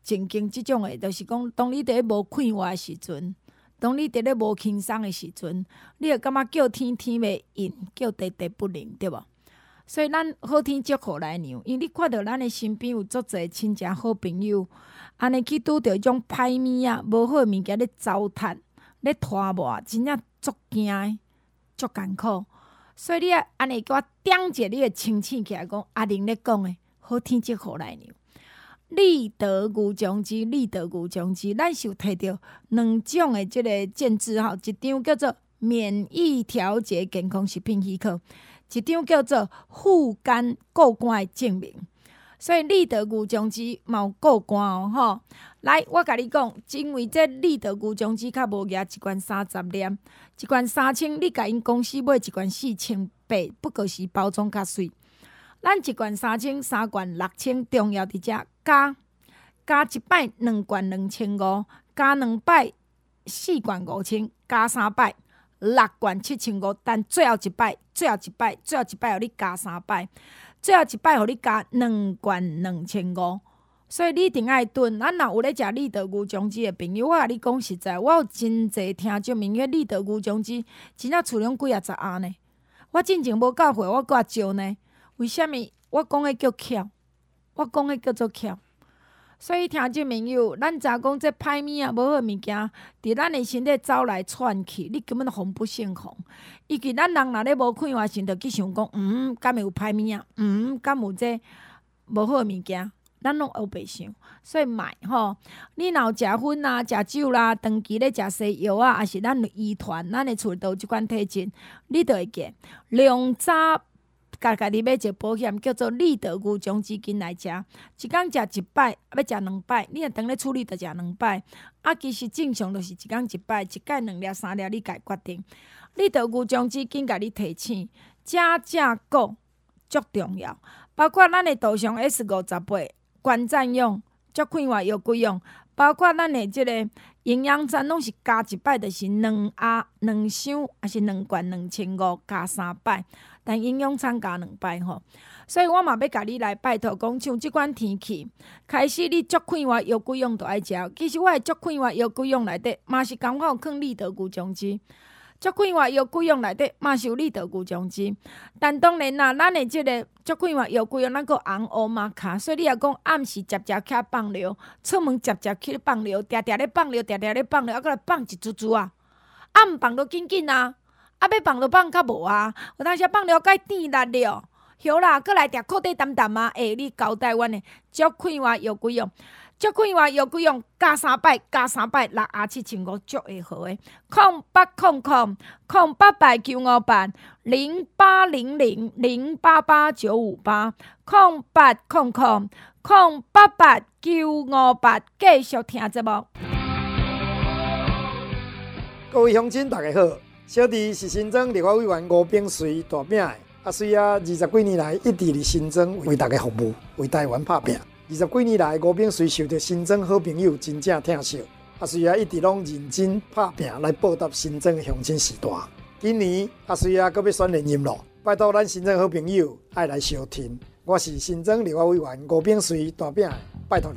情境即种诶，就是讲，当你伫咧无快活诶时阵，当你伫咧无轻松诶时阵，你会感觉叫天天袂应，叫地地不灵，对无？所以咱好天祝福来娘，因为你看到咱诶身边有足侪亲情好朋友，安尼去拄着迄种歹物啊、无好诶物件咧糟蹋、咧拖磨，真正足惊诶，足艰苦。所以你啊，安尼甲我点者，你会清醒起来，讲阿玲咧讲诶，好天祝福来娘。立德牛种子，立德牛种子，咱是有摕到两种诶，即个建制吼，一张叫做免疫调节健康食品许可，一张叫做护肝过关诶证明。所以立德牛种子嘛有过关哦，吼。来，我甲你讲，因为这立德牛种子较无额一罐三十粒，一罐三千，你甲因公司买一罐四千八，不过是包装较水。咱一罐三千，三罐六千，重要伫遮加加一摆两罐两千五，加两摆四罐五千，加三摆六罐七千五。但最后一摆，最后一摆，最后一摆，互你加三摆，最后一摆，互你加两罐两千五。所以你一定爱囤。咱若有咧食立德牛种子的朋友，我甲你讲实在，我有真侪听众明迄立德牛种子，真正厝拢几啊十盒呢。我进前无到货，我搁少呢。为虾米？我讲诶叫巧，我讲诶叫做巧。所以听众朋友，咱知讲这歹物啊、无好物件，伫咱诶身体走来窜去，你根本防不胜防。伊其咱人若咧无快活时，就去想讲，嗯，敢会有歹物啊？嗯，敢有这无好物件？咱拢黑白想，所以买吼。你若有食薰啦、食酒啦，长期咧食西药啊，还是咱有遗传，咱诶厝都有即款体质，你就会记。量早家家己买一个保险，叫做立德牛种子金来食。一工食一摆，要食两摆。你若当咧处理，就食两摆。啊，其实正常就是一工一摆，一摆两粒、三粒，你家决定。立德牛种子金甲你提醒，正正果足重要，包括咱诶杜尚 S 五十八。关赞用、足快活药贵用，包括咱的即个营养餐，拢是加一摆，就是两盒、两箱，还是两罐两千五加三摆。但营养餐加两摆吼，所以我嘛要甲你来拜托讲，像即款天气，开始你足快活药贵用都爱食。其实我的足快活药贵用内底，嘛是刚好放立德牛种子。足快活药贵用内底嘛是有立德牛种子，但当然啦，咱的即个足快活药贵用，咱个红乌马卡，所以你若讲暗时接接起放尿，出门接接去放尿，定定咧放尿，定定咧放尿，啊，搁来放一珠珠啊，啊毋放都紧紧啊，啊要放就放较无啊，有当时放尿该甜力了，晓啦，搁来定裤底澹澹啊，下你交代阮的足快活药贵用。足快活药贵用加三摆，加三摆六啊七千五足会好诶。空八空空空八八九五八零八零零零八八九五八空八空空空八八九五八，继续听节目。 各位乡亲，大家好，小弟是新庄立法委员吴炳随大饼的，啊，随啊二十几年来一直伫新庄为大家服务，为台湾拍拼。二十几年来，吴炳随受到新庄好朋友真正疼惜，啊，随啊一直拢认真拍拼来报答新庄的乡亲时代。今年啊，随啊搁要选连任咯，拜托咱新庄好朋友爱来相挺。我是新庄立法委员吴炳随大饼，拜托你。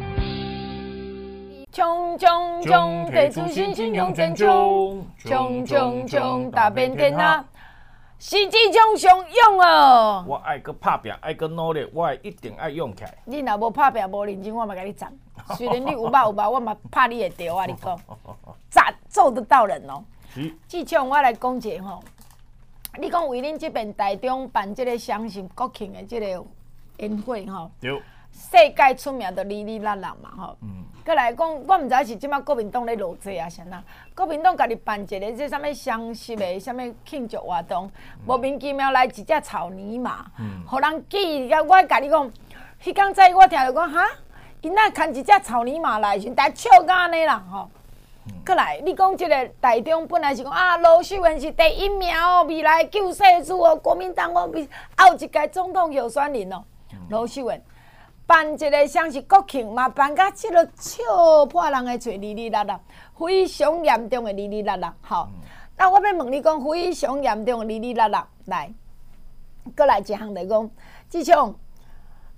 冲冲冲，提出新新用真冲，冲冲冲，打遍天下。时机中上用哦！ 我爱搁拍拼，爱搁努力，我一定爱用起来。 你若无拍拼、无认真，我嘛甲你赞。虽然你有肉有肉，我嘛拍你会着啊！你讲，赞做得到人哦。是。至少我来讲一个吼，你讲为恁这边台中办这个相信国庆的这个宴会吼，对。世界出名的哩哩啦啦嘛吼。嗯。再来讲，我毋知是即摆国民党咧落济啊，啥呐？国民党家己办一个这啥物双十的啥物庆祝活动，莫名其妙来一只草泥马，互人记。我甲你讲，迄天早我听着讲，哈，因那牵一只草泥马来，时大笑甲安尼啦吼。再来，你讲即个台中本来是讲啊，罗秀燕是第一名哦，未来救世主哦，国民党哦，后一届总统候选人哦，罗秀燕。办一个像是国庆嘛，办甲即落笑破人的嘴，哩哩啦啦，非常严重的哩哩啦啦。好，那我要问你讲，非常严重的哩哩啦啦，来，搁来一项来讲，即种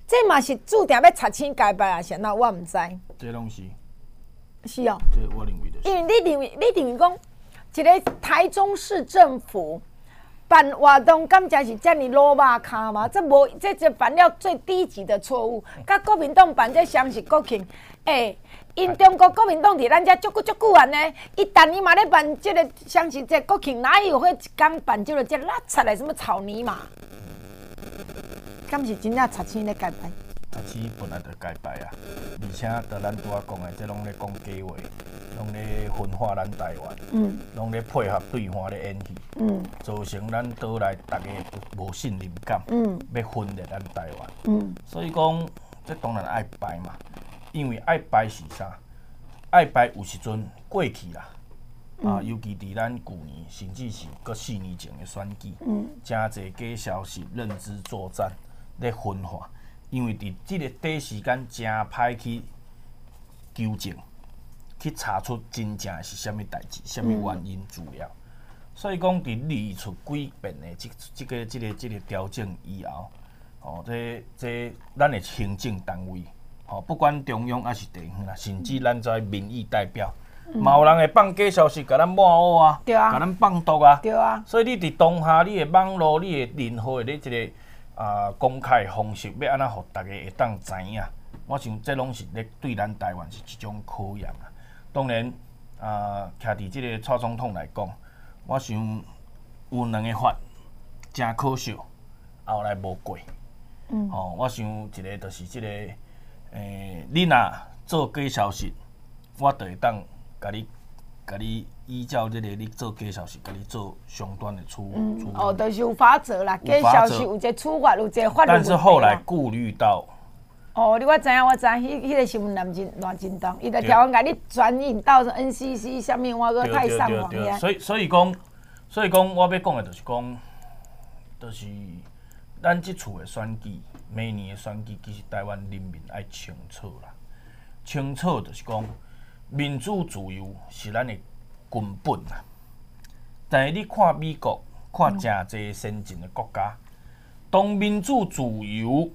这嘛是注定要查清改败啊，先那我毋知。 这拢是。 是哦。 这我认为就是。 因为你认为你认为讲，一个台中市政府办活动，敢才是遮尔老肉卡嘛？这无，这这犯了最低级的错误。甲国民党办这双十国庆，诶、欸，因中国国民党伫咱遮足久足久安呢，伊但伊嘛咧办这个双十这国庆，哪有会敢办这个这邋遢的什么草泥马？敢是真正查清咧改版？ 查清本来就该败啊，而且就咱拄仔讲的，这拢咧讲假话。拢咧分化咱台湾，嗯，拢咧配合对方咧演戏，嗯，造成咱岛内大家无信任感，嗯，要分裂咱台湾，嗯，所以讲，这当然爱败嘛，因为爱败是啥？爱败有时阵过去啦，嗯、啊，尤其伫咱旧年，甚至是搁四年前的选举，嗯，真侪假消息、认知作战咧分化，因为伫即个短时间真歹去纠正。去查出真正是啥物代志、啥物原因主要，所以讲伫理出几遍的即即个即个即个调整以后，哦，这这咱的行政单位，哦，不管中央还是地方啦，甚至咱在民意代表，嘛、嗯、有人会放假消息，甲咱抹黑啊， 对啊， 甲咱放毒啊， 对啊。 所以你伫当下，你的网络、你的任何的即个啊公开方式，要安怎互大家会当知影？我想这拢是咧对咱台湾是一种考验啦。当然，啊，徛伫即个蔡总统来讲，我想有两个法真可惜，后来无过。嗯。哦，我想一个就是即、这个，诶、欸，你若做假消息，我就会当甲你、甲你依照即、这个你做假消息，甲你做相关的处嗯、 处哦，就是有法则啦，假消息有一个处罚，有一个法律。 但是后来顾虑到。 哦，你我知影，我知影，迄迄个新闻难真偌真重，伊就条款甲你转引到 N C C 下面，我搁太上网呀。 所以所以讲，所以讲，我要讲的就是讲，就是咱即次的选举，明年的选举，其实台湾人民爱清楚啦。清楚就是讲，民主自由是咱的根本啦。但是你看美国，看真侪先进的国家，当民主自由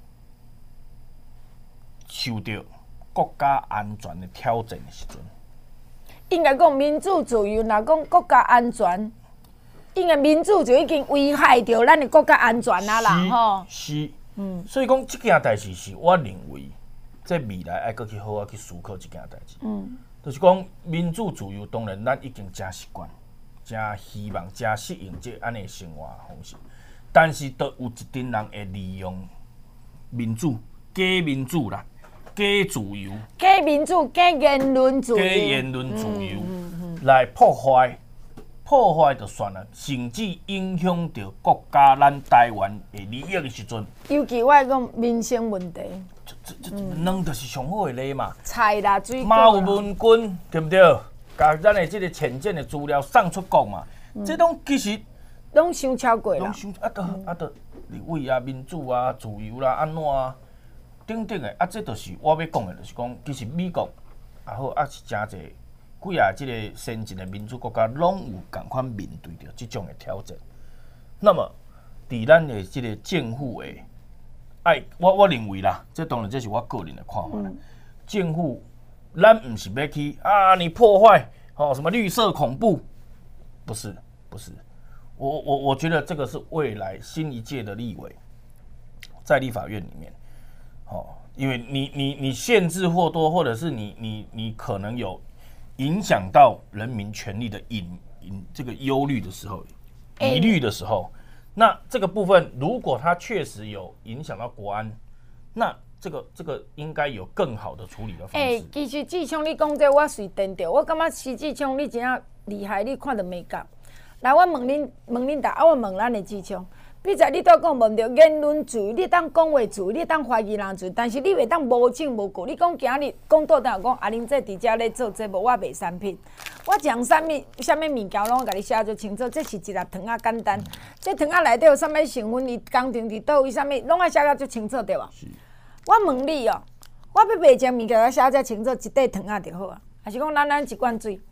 受到国家安全的挑战的时阵， 应该讲民主自由，若讲国家安全，应该民主就已经危害到咱的国家安全啊啦，吼。 是，嗯，所以讲这件代志是我认为，在未来爱搁去好好去思考这件代志。嗯，就是讲民主自由，当然咱已经真习惯、真希望、真适应这安尼生活方式，但是都有一群人会利用民主、假民主啦。假自由， 假民主，假言论自由， 假言论自由、嗯嗯、来破坏，破坏就算了，甚至影响到国家咱台湾的利益的时阵， 尤其我讲民生问题， 这这这两就是上好的例嘛。 菜啦，水果嘛有文君对不对？把咱的这个浅见的资料送出国嘛，嗯、这种其实拢伤超过啦。 拢伤啊，都啊都立委啊、民主啊、自由啦、安怎啊？等等的啊，这就是我要讲的，就是讲，其实美国也好，啊是真侪几啊，即个先进的民主国家，拢有共款面对着即种的挑战。那么，伫咱的即个政府的爱，我我认为啦，这当然这是我个人的看法啦。嗯、政府，咱唔是要去啊，你破坏哦什么绿色恐怖，不是不是，我我我觉得这个是未来新一届的立委在立法院里面。哦，因为你你你限制或多，或者是你你你可能有影响到人民权利的隐隐这个忧虑的时候，疑虑的时候，欸、那这个部分如果它确实有影响到国安，那这个这个应该有更好的处理的方式。 诶、欸，其实志昌你讲这我随颠着，我感觉施志昌你真正厉害，你看到美感。来，我问恁问恁大，啊，我问咱的志昌。比在你都讲问着言论自由，你当讲话自由，你当怀疑人自由，但是你袂当无证无据。你讲今日讲倒当讲啊，恁这伫遮咧做节目，我卖产品，我讲啥物啥物物件拢甲你写做清楚，这是一粒糖仔简单。这糖仔内底有啥物成分，伊工程伫倒位，啥物拢爱写甲足清楚对无？我问你哦，我要卖一件物件，我写遮清楚，一块糖仔就好啊。还是讲咱咱一罐水，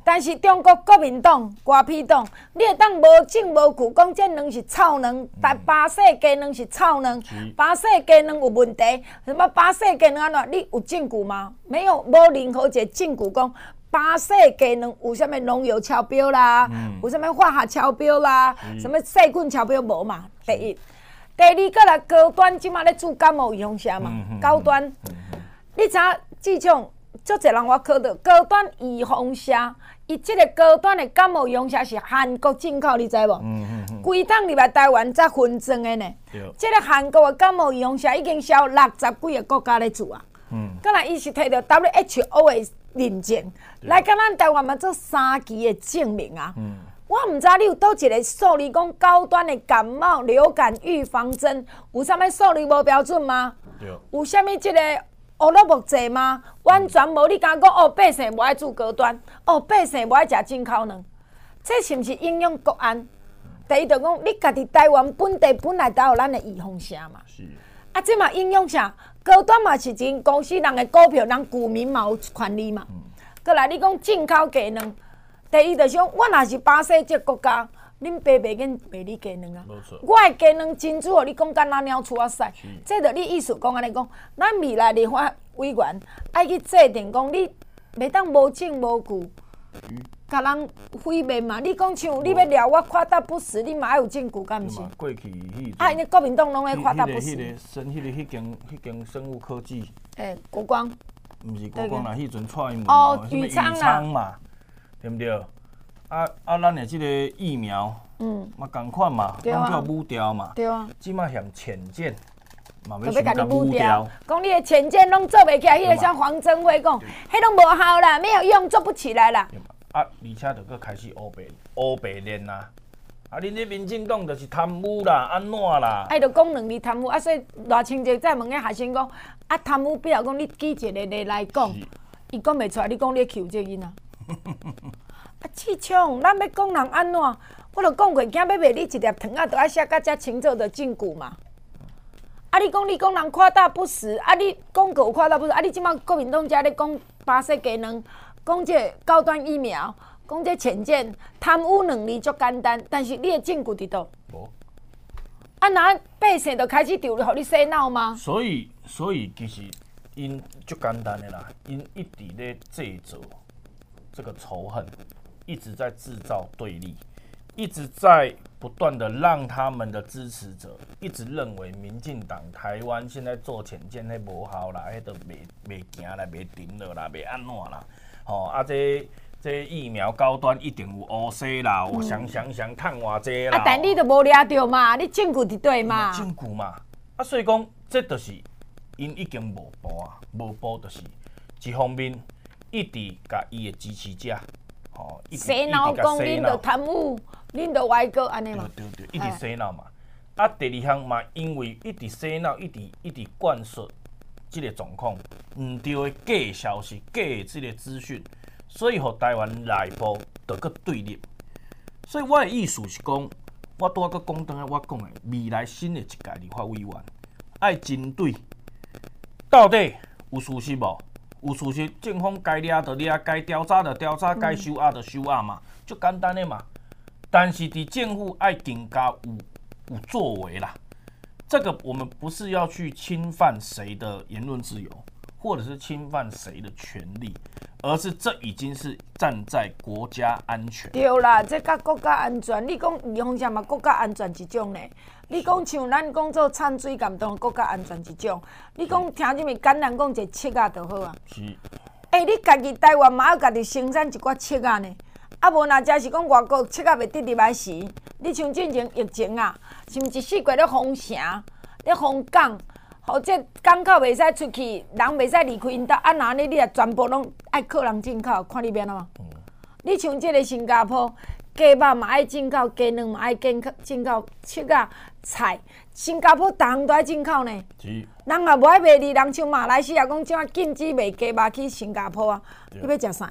但是中国国民党、瓜皮党，你会当无证无据讲这卵是臭卵，但巴西鸡卵是臭卵，巴西鸡卵有问题，什么巴西鸡卵安怎？你有证据吗？没有，无任何一个证据讲巴西鸡卵有啥物农药超标啦，嗯、有啥物化学超标啦，嗯、什么细菌超标无嘛？第一，第二个来高端，即马咧做感冒预防针嘛，嗯、高端，嗯、你知影这种？足侪人我看到高端预防针，伊即个高端的感冒预防针是韩国进口，你知无？嗯嗯嗯。规趟入来台湾才分装的呢。对。即个韩国的感冒预防针已经销六十几个国家咧做啊。嗯。搁来伊是摕到 W H O 的认证，来甲咱台湾嘛做三期的证明啊。嗯。我毋知你有倒一个数字讲高端的感冒流感预防针有啥物数字无标准吗？对。有啥物即个？乌落木济吗？完全无你敢讲哦，百姓无爱煮高端，哦，百姓无爱食进口卵，这是毋是影响国安？第一就讲你家己台湾本地本来都有咱的预防针嘛，是啊，这嘛影响啥？高端嘛是真公司人的股票，人股民嘛有权利嘛。过、嗯、来你讲进口鸡卵，第一就是讲我若是巴西这国家。恁爸袂瘾卖你鸡卵啊！我的鸡卵真煮，互你讲敢若鸟出啊屎，这着你意思讲安尼讲，咱未来立法委员爱去制定讲，你袂当无证无据，甲人毁灭嘛？你讲像你要撩我夸大不实，你嘛爱有证据，敢毋是？ 过去迄啊，因为国民党拢咧夸大不实。 迄个生，迄个迄间迄间生物科技。 诶，国光。 毋是国光啦，迄阵蔡英文哦， 宇昌嘛，对毋对？啊啊！咱的即个疫苗，嗯，嘛共款嘛，拢叫武调嘛，对啊。即马嫌浅见，嘛要想甲武调。 讲你的浅见拢做袂起来，迄个像黄镇辉讲，迄拢无效啦，没有用，做不起来啦。 啊，而且着佫开始乌白乌白练啦。啊，恁咧民进党就是贪污啦，安怎啦？ 啊，着讲两字贪污，啊，所以偌清济再问个学生讲，啊，贪污比如讲你举一个例来讲，伊讲袂出来，你讲你扣这囡仔。啊，市长，咱要讲人安怎？我著讲过，囝要卖你一粒糖啊，著爱写甲遮清楚的证据嘛。啊，你讲你讲人夸大不实，啊，你讲过有夸大不实，啊，你即马国民党遮咧讲巴西鸡卵，讲这高端疫苗，讲这浅见，贪污两字足简单，但是你的证据伫倒？无。啊，那百姓著开始丢，互你洗脑吗？ 所以，所以其实因足简单的啦，因一直咧制造这个仇恨。一直在制造对立，一直在不断的让他们的支持者一直认为民进党台湾现在做浅见迄无效啦，迄都袂袂行啦，袂停了啦，袂安怎啦？吼、哦、啊这这疫苗高端一定有乌西啦，我想想想趁偌济啦。 啊，但你都无抓到嘛，你证据伫对嘛？ 证据嘛，啊，所以讲这就是因已经无报啊，无报就是一方面一直甲伊的支持者。哦， 洗脑讲恁着贪污，恁着歪告安尼嘛？ 对对对，一直洗脑嘛。啊，第二项嘛，因为一直洗脑，一直一直灌输即个状况，毋对的假消息、假的即个资讯，所以互台湾内部着搁对立。所以我的意思是讲，我拄仔搁讲倒来，我讲的未来新的一届立法委员，爱针对到底有事实无？有事实，政府该抓就抓，该调查就调查，该收押就收押嘛，就简单的嘛。但是伫政府爱更加有有作为啦。这个我们不是要去侵犯谁的言论自由，或者是侵犯谁的权利，而是这已经是站在国家安全。 对啦，这甲国家安全，你讲预防针嘛，国家安全一种呢。你讲像咱讲做掺水感当国家安全一种，你讲听什物简单讲一个七啊就好啊。是。哎、欸，你家己台湾嘛要家己生产一寡七啊呢？啊无若真是讲外国七啊袂得入来时，你像进前疫情啊，是毋是一四季咧封城、咧封港，或者港口袂使出去，人袂使离开因兜，啊那呢你也全部拢爱靠人进口，看你变了嘛？嗯、你像即个新加坡。鸡肉嘛爱进口，鸡卵嘛爱进口，进口七啊菜。新加坡逐项都爱进口呢。是。人也无爱卖你，人像马来西亚讲，即摆禁止卖鸡肉去新加坡啊。你要食啥？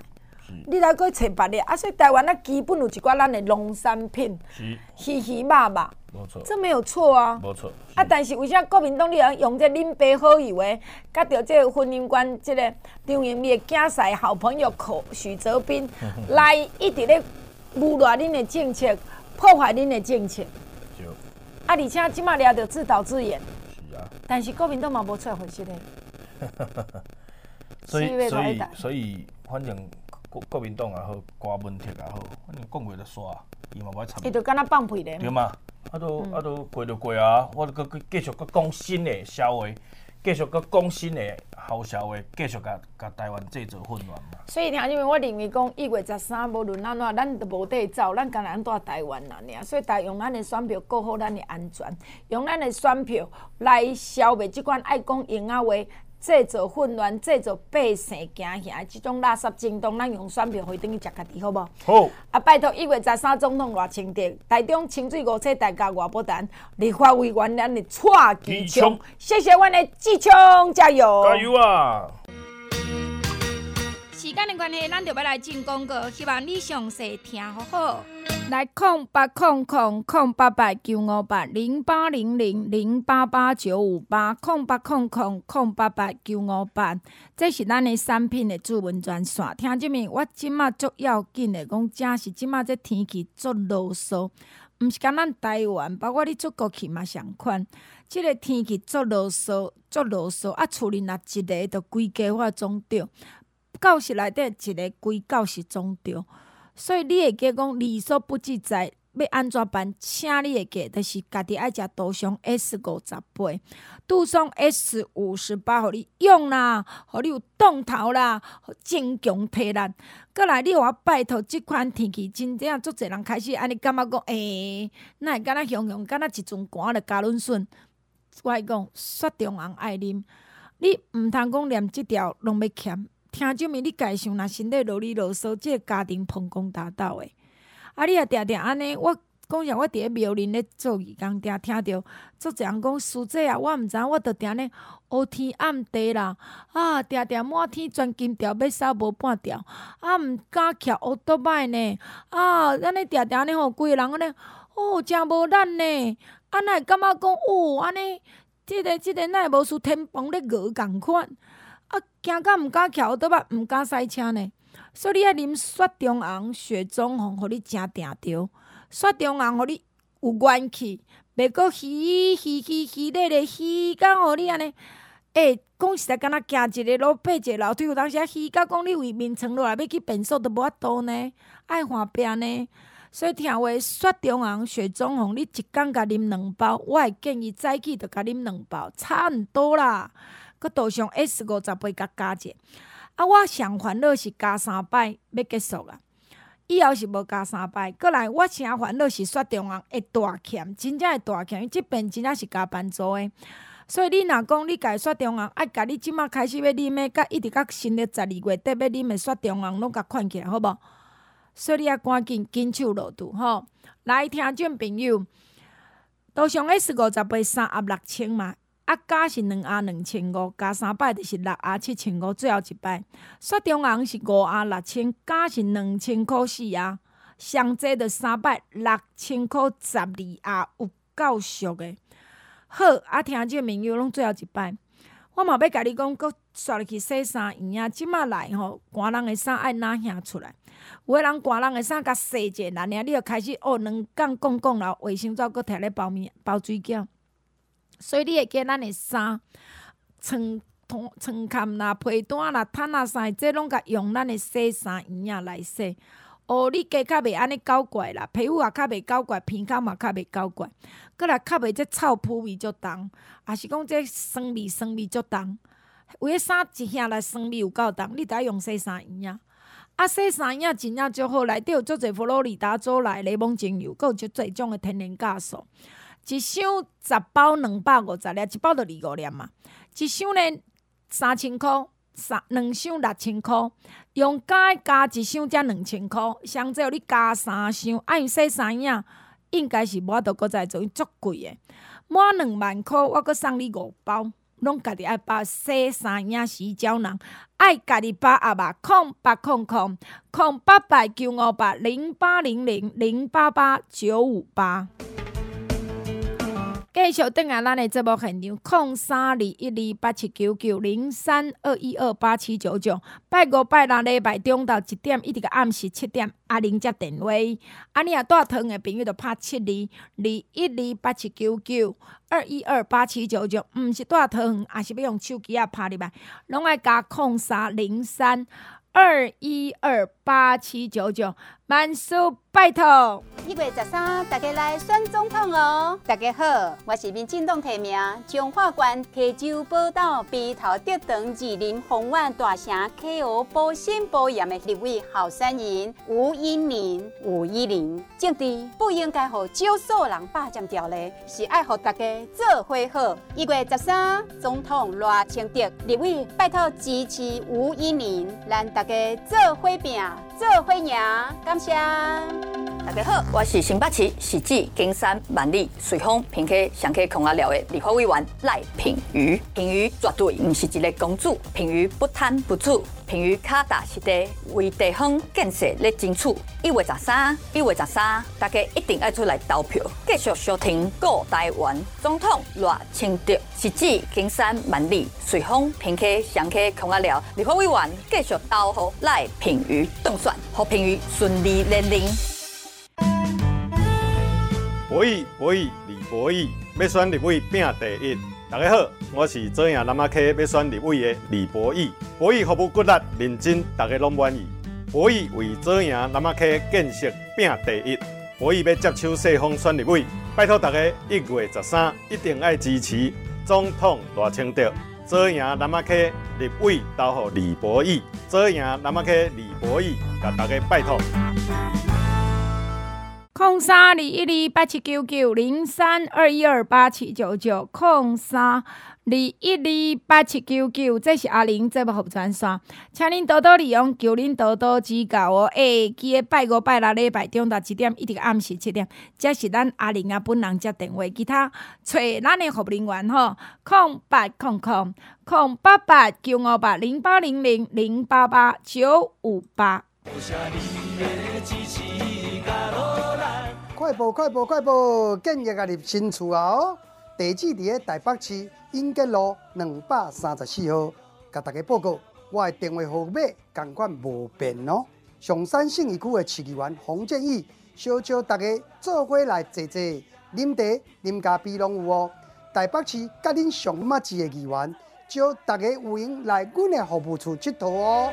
你来搁找别的啊，所以台湾啊，基本有一寡咱的农产品，鱼鱼肉肉， 没错， 这没有错啊。 没错。 啊，但是为啥国民党你要用这林北好友的，甲着这个婚姻观这个张荣义的囝婿好朋友寇许哲斌来一直咧污蔑恁的政策，破坏恁的政策。 对。 啊，而且即马掠着自导自演。 是啊。 但是国民党嘛无出来回答的。 所以所以所以，反正国国民党也好，郭文铁也好，反正讲话就煞，伊嘛无爱插。 伊就敢若放屁咧。 对嘛？啊都啊都过就过啊，我搁搁继续搁讲新的消话，继续搁讲新的好消话，继续甲甲台湾制造混乱嘛。 所以听因为我认为讲一月十三，无论安怎，咱都无地走，咱干咱住台湾啦尔。所以，大用咱的选票顾好咱的安全，用咱的选票来消灭即款爱讲闲仔话。制造混乱、制造百姓惊吓，即种垃圾政党，咱用选票回等于食家己，好无？ 好。 啊，拜托，一月十三总统偌清德，台中清水五车大家偌不但，立法委员咱的蔡其昌，谢谢阮的志昌，加油！ 加油啊！ 时间的关系，咱就要来进广告，希望你详细听好好。来，空八空空空八八九五八零八零零零八八九五八空八空空空八八九五八，这是咱的产品的主文专线。听即面，我即马足要紧的讲，正是即马这天气足啰嗦，毋是敢咱台湾，包括你出国去嘛相款。即个天气足啰嗦，足啰嗦啊！厝里若一个，就规家伙总着。教室内底一个规教室总着。所以你会记讲力所不及在，要安怎办？请你会记，就是家己爱食杜松 S 五十八，杜松 S 五十八，互你用啦，互你有动头啦，增强体力。过来，你我拜托，即款天气真正足侪人开始安尼感觉讲，诶、欸，哪会敢若雄雄，敢若一阵寒就加润顺。我会讲，雪中红爱啉，你毋通讲连即条拢要欠。听这面，你家想，若身体啰里啰嗦，即、这个家庭蓬公达到的。啊，你也定定安尼，我讲实，我伫咧庙林咧做义工，定听着足侪人讲师姐啊，我毋知影，我着定咧乌天暗地啦，啊，定定满天钻金条要扫无半条，啊，毋敢骑乌多摆呢，啊，安尼定定安尼吼，规个人安尼，哦，真无力呢，啊，哪会感觉讲，哦，安尼，即、这个即、这个，哪会无输天崩咧鹅共款？啊，惊到毋敢徛倒摆，毋敢驶车呢。所以你爱啉雪中红、雪中红，互你真定着。雪中红，互你有元气，袂阁虚虚虚虚咧咧虚到互你安尼。诶，讲实在，敢若行一个路，爬一个楼梯，有当时啊虚到讲你为面床落来要去便所都无法度呢，爱换拼呢。所以听话，雪中红、雪中红，你一工甲啉两包，我会建议早起就甲啉两包，差毋多啦。佮杜上 S 五十八甲加者，啊！我上烦恼是加三摆要结束啊，以后是无加三摆。过来，我诚烦恼是雪中红会大欠，真正会大欠，因为即边真正是加班做诶。所以你若讲你家雪中红，爱甲你即马开始要啉诶，甲一直到新历十二月底要啉诶雪中红，拢甲款起来，好无？所以你啊赶紧紧手落肚吼！来听众朋友，杜上 S 五十八三盒六千嘛。啊，加是两盒两千五，加三摆就是六盒七千五，最后一摆。雪中红是五盒六千，加是两千箍四盒，上济就三摆六千箍十二盒，有够俗的。好，啊，听这朋友拢最后一摆，我嘛要甲你讲，搁刷入去洗衫衣啊！即马来吼，寒人的衫爱哪兄出来？有个人寒人的衫甲洗者，然后你就开始哦，两讲讲讲了，卫生纸搁摕咧包面包水饺。所以你会记咱的衫、床、床坎啦、被单啦、毯仔衫，这拢甲用咱的洗衫衣仔来洗。哦，你加较袂安尼搞怪啦，皮肤也较袂搞怪，鼻孔嘛较袂搞怪，搁来较袂这臭扑味足重，也是讲这酸味酸味足重。有迄衫一下来酸味有够重，你得用洗衫衣仔。啊，洗衫衣真正足好，内底有足侪佛罗里达州来柠檬精油，搁有足侪种的天然酵素。一箱十包两百五十粒，一包就二五粒嘛。一箱呢三千箍，三两箱六千箍。用加加一箱才两千箍，上最后你加三箱，啊，因洗衫衣应该是无法度搁再做，足贵的。满两万箍，我搁送你五包， 拢家己爱把洗衫影洗胶囊，爱家己把阿爸空八空空空八八九五八零八零零零八八九五八。继续等下咱的节目现场，空三二一二八七九九零三二一二八七九九。拜五拜六礼拜中到一点，一直到暗时七点，阿玲接电话。啊，你若带糖的朋友就拍七二二一二八七九九二一二八七九九。毋是带糖，也是要用手机啊拍入来，拢爱加空三零三二一二八七九九。万事拜托。 一月十三，大家来选总统哦！大家好，我是民进党提名彰化县溪州宝岛鼻头竹塘二林红苑大城 K O 保心保严的立委候选人吴依玲。吴依玲，政治不应该让少数人霸占条例，是爱让大家做伙好。一月十三，总统赖清德立委拜托支持吴依玲，让大家做伙拼，做伙赢。感谢。 大家好，我是新北市市长金山万里随风平溪上溪空阿寮的立法委员赖品妤。品妤绝对不是一个公主，品妤不贪不醋，品妤脚踏实地为地方建设咧争取。一月十三，一月十三，大家一定要出来投票，继续收听顾台湾总统赖清德市长金山万里随风平溪上溪空阿寮立法委员继续投予赖品妤当选，让品妤顺利连任。 博弈博弈李博弈要选立委拼第一。大家好，我是左营南仔溪要选立委的李博弈。博弈服务骨力认真，大家拢满意。博弈为左营南仔溪建设拼第一。博弈要接手世丰选立委，拜托大家一月十三一定要支持总统赖清德。左营南仔溪立委投予李博弈，左营南仔溪李博弈，甲大家拜托。 空三二一二八七九九零三二一二八七九九空三二一二八七九九，这是阿玲节目服传线，请恁多多利用，求恁多多指教哦。下记得拜五拜六礼拜中到一点，一直到暗时七点，这是咱阿玲啊本人接电话，其他找咱的服务人员吼，空八空空空八八九五八零八零零零八八九五八。 快报快报快报！建议家入新厝啊哦！地址伫咧台北市英吉路两百三十四号。甲大家报告，我的电话号码同款无变哦。上山信义区的市议员洪建义，小招大家做伙来坐坐，啉茶、啉咖啡拢有哦。台北市甲恁上马子的议员，招大家有闲来阮的服务处佚佗哦。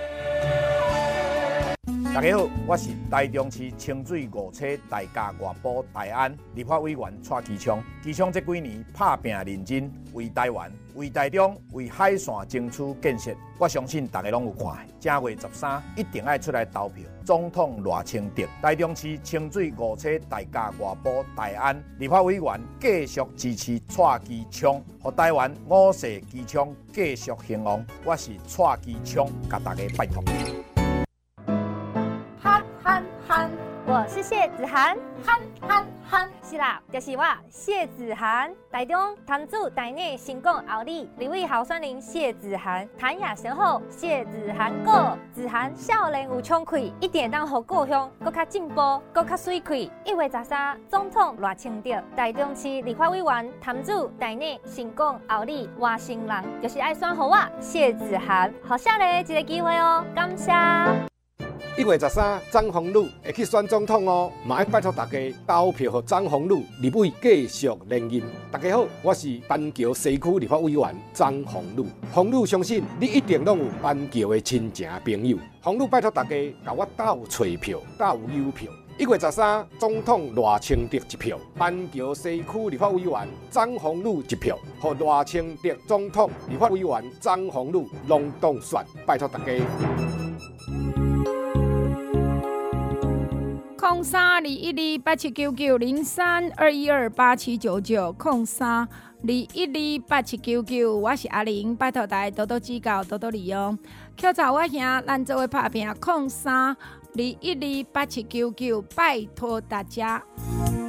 大家好，我是台中市清水五车大家外埔大安立法委员蔡其昌。其昌这几年拍拼认真，为台湾、为台中、为海线争取建设，我相信大家拢有看。正月十三一定要出来投票，总统赖清德。台中市清水五车大家外埔大安立法委员继续支持蔡其昌，让台湾五世其昌继续兴旺。我是蔡其昌，甲大家拜托。 憨憨，我是谢子涵，憨憨憨，是啦，就是我谢子涵。台中潭子台内成功后里立委候选人谢子涵，谈也上好，谢子涵过，子涵少年有冲气，一定当互故乡搁较进步，搁较水气。一月十三，总统赖清德，台中市立法委员潭子台内成功后里外省人，就是爱选互我谢子涵，好下咧一个机会哦，感谢。 一月十三，张宏宇会去选总统哦，嘛要拜托大家投票给张宏宇立委继续连任。大家好，我是板桥西区立法委员张宏宇。宏宇相信你一定拢有板桥的亲情朋友。宏宇拜托大家甲我斗找票，斗邮票。一月十三，总统赖清德一票；板桥西区立法委员张宏宇一票，和赖清德总统立法委员张宏宇拢当选。拜托大家。 空三二一二八七九九零三二一二八七九九空三二一二八七九九，我是阿玲，拜托大家多多指教，多多利用。口罩我兄，咱做伙拍拼空三二一二八七九九，拜托大家。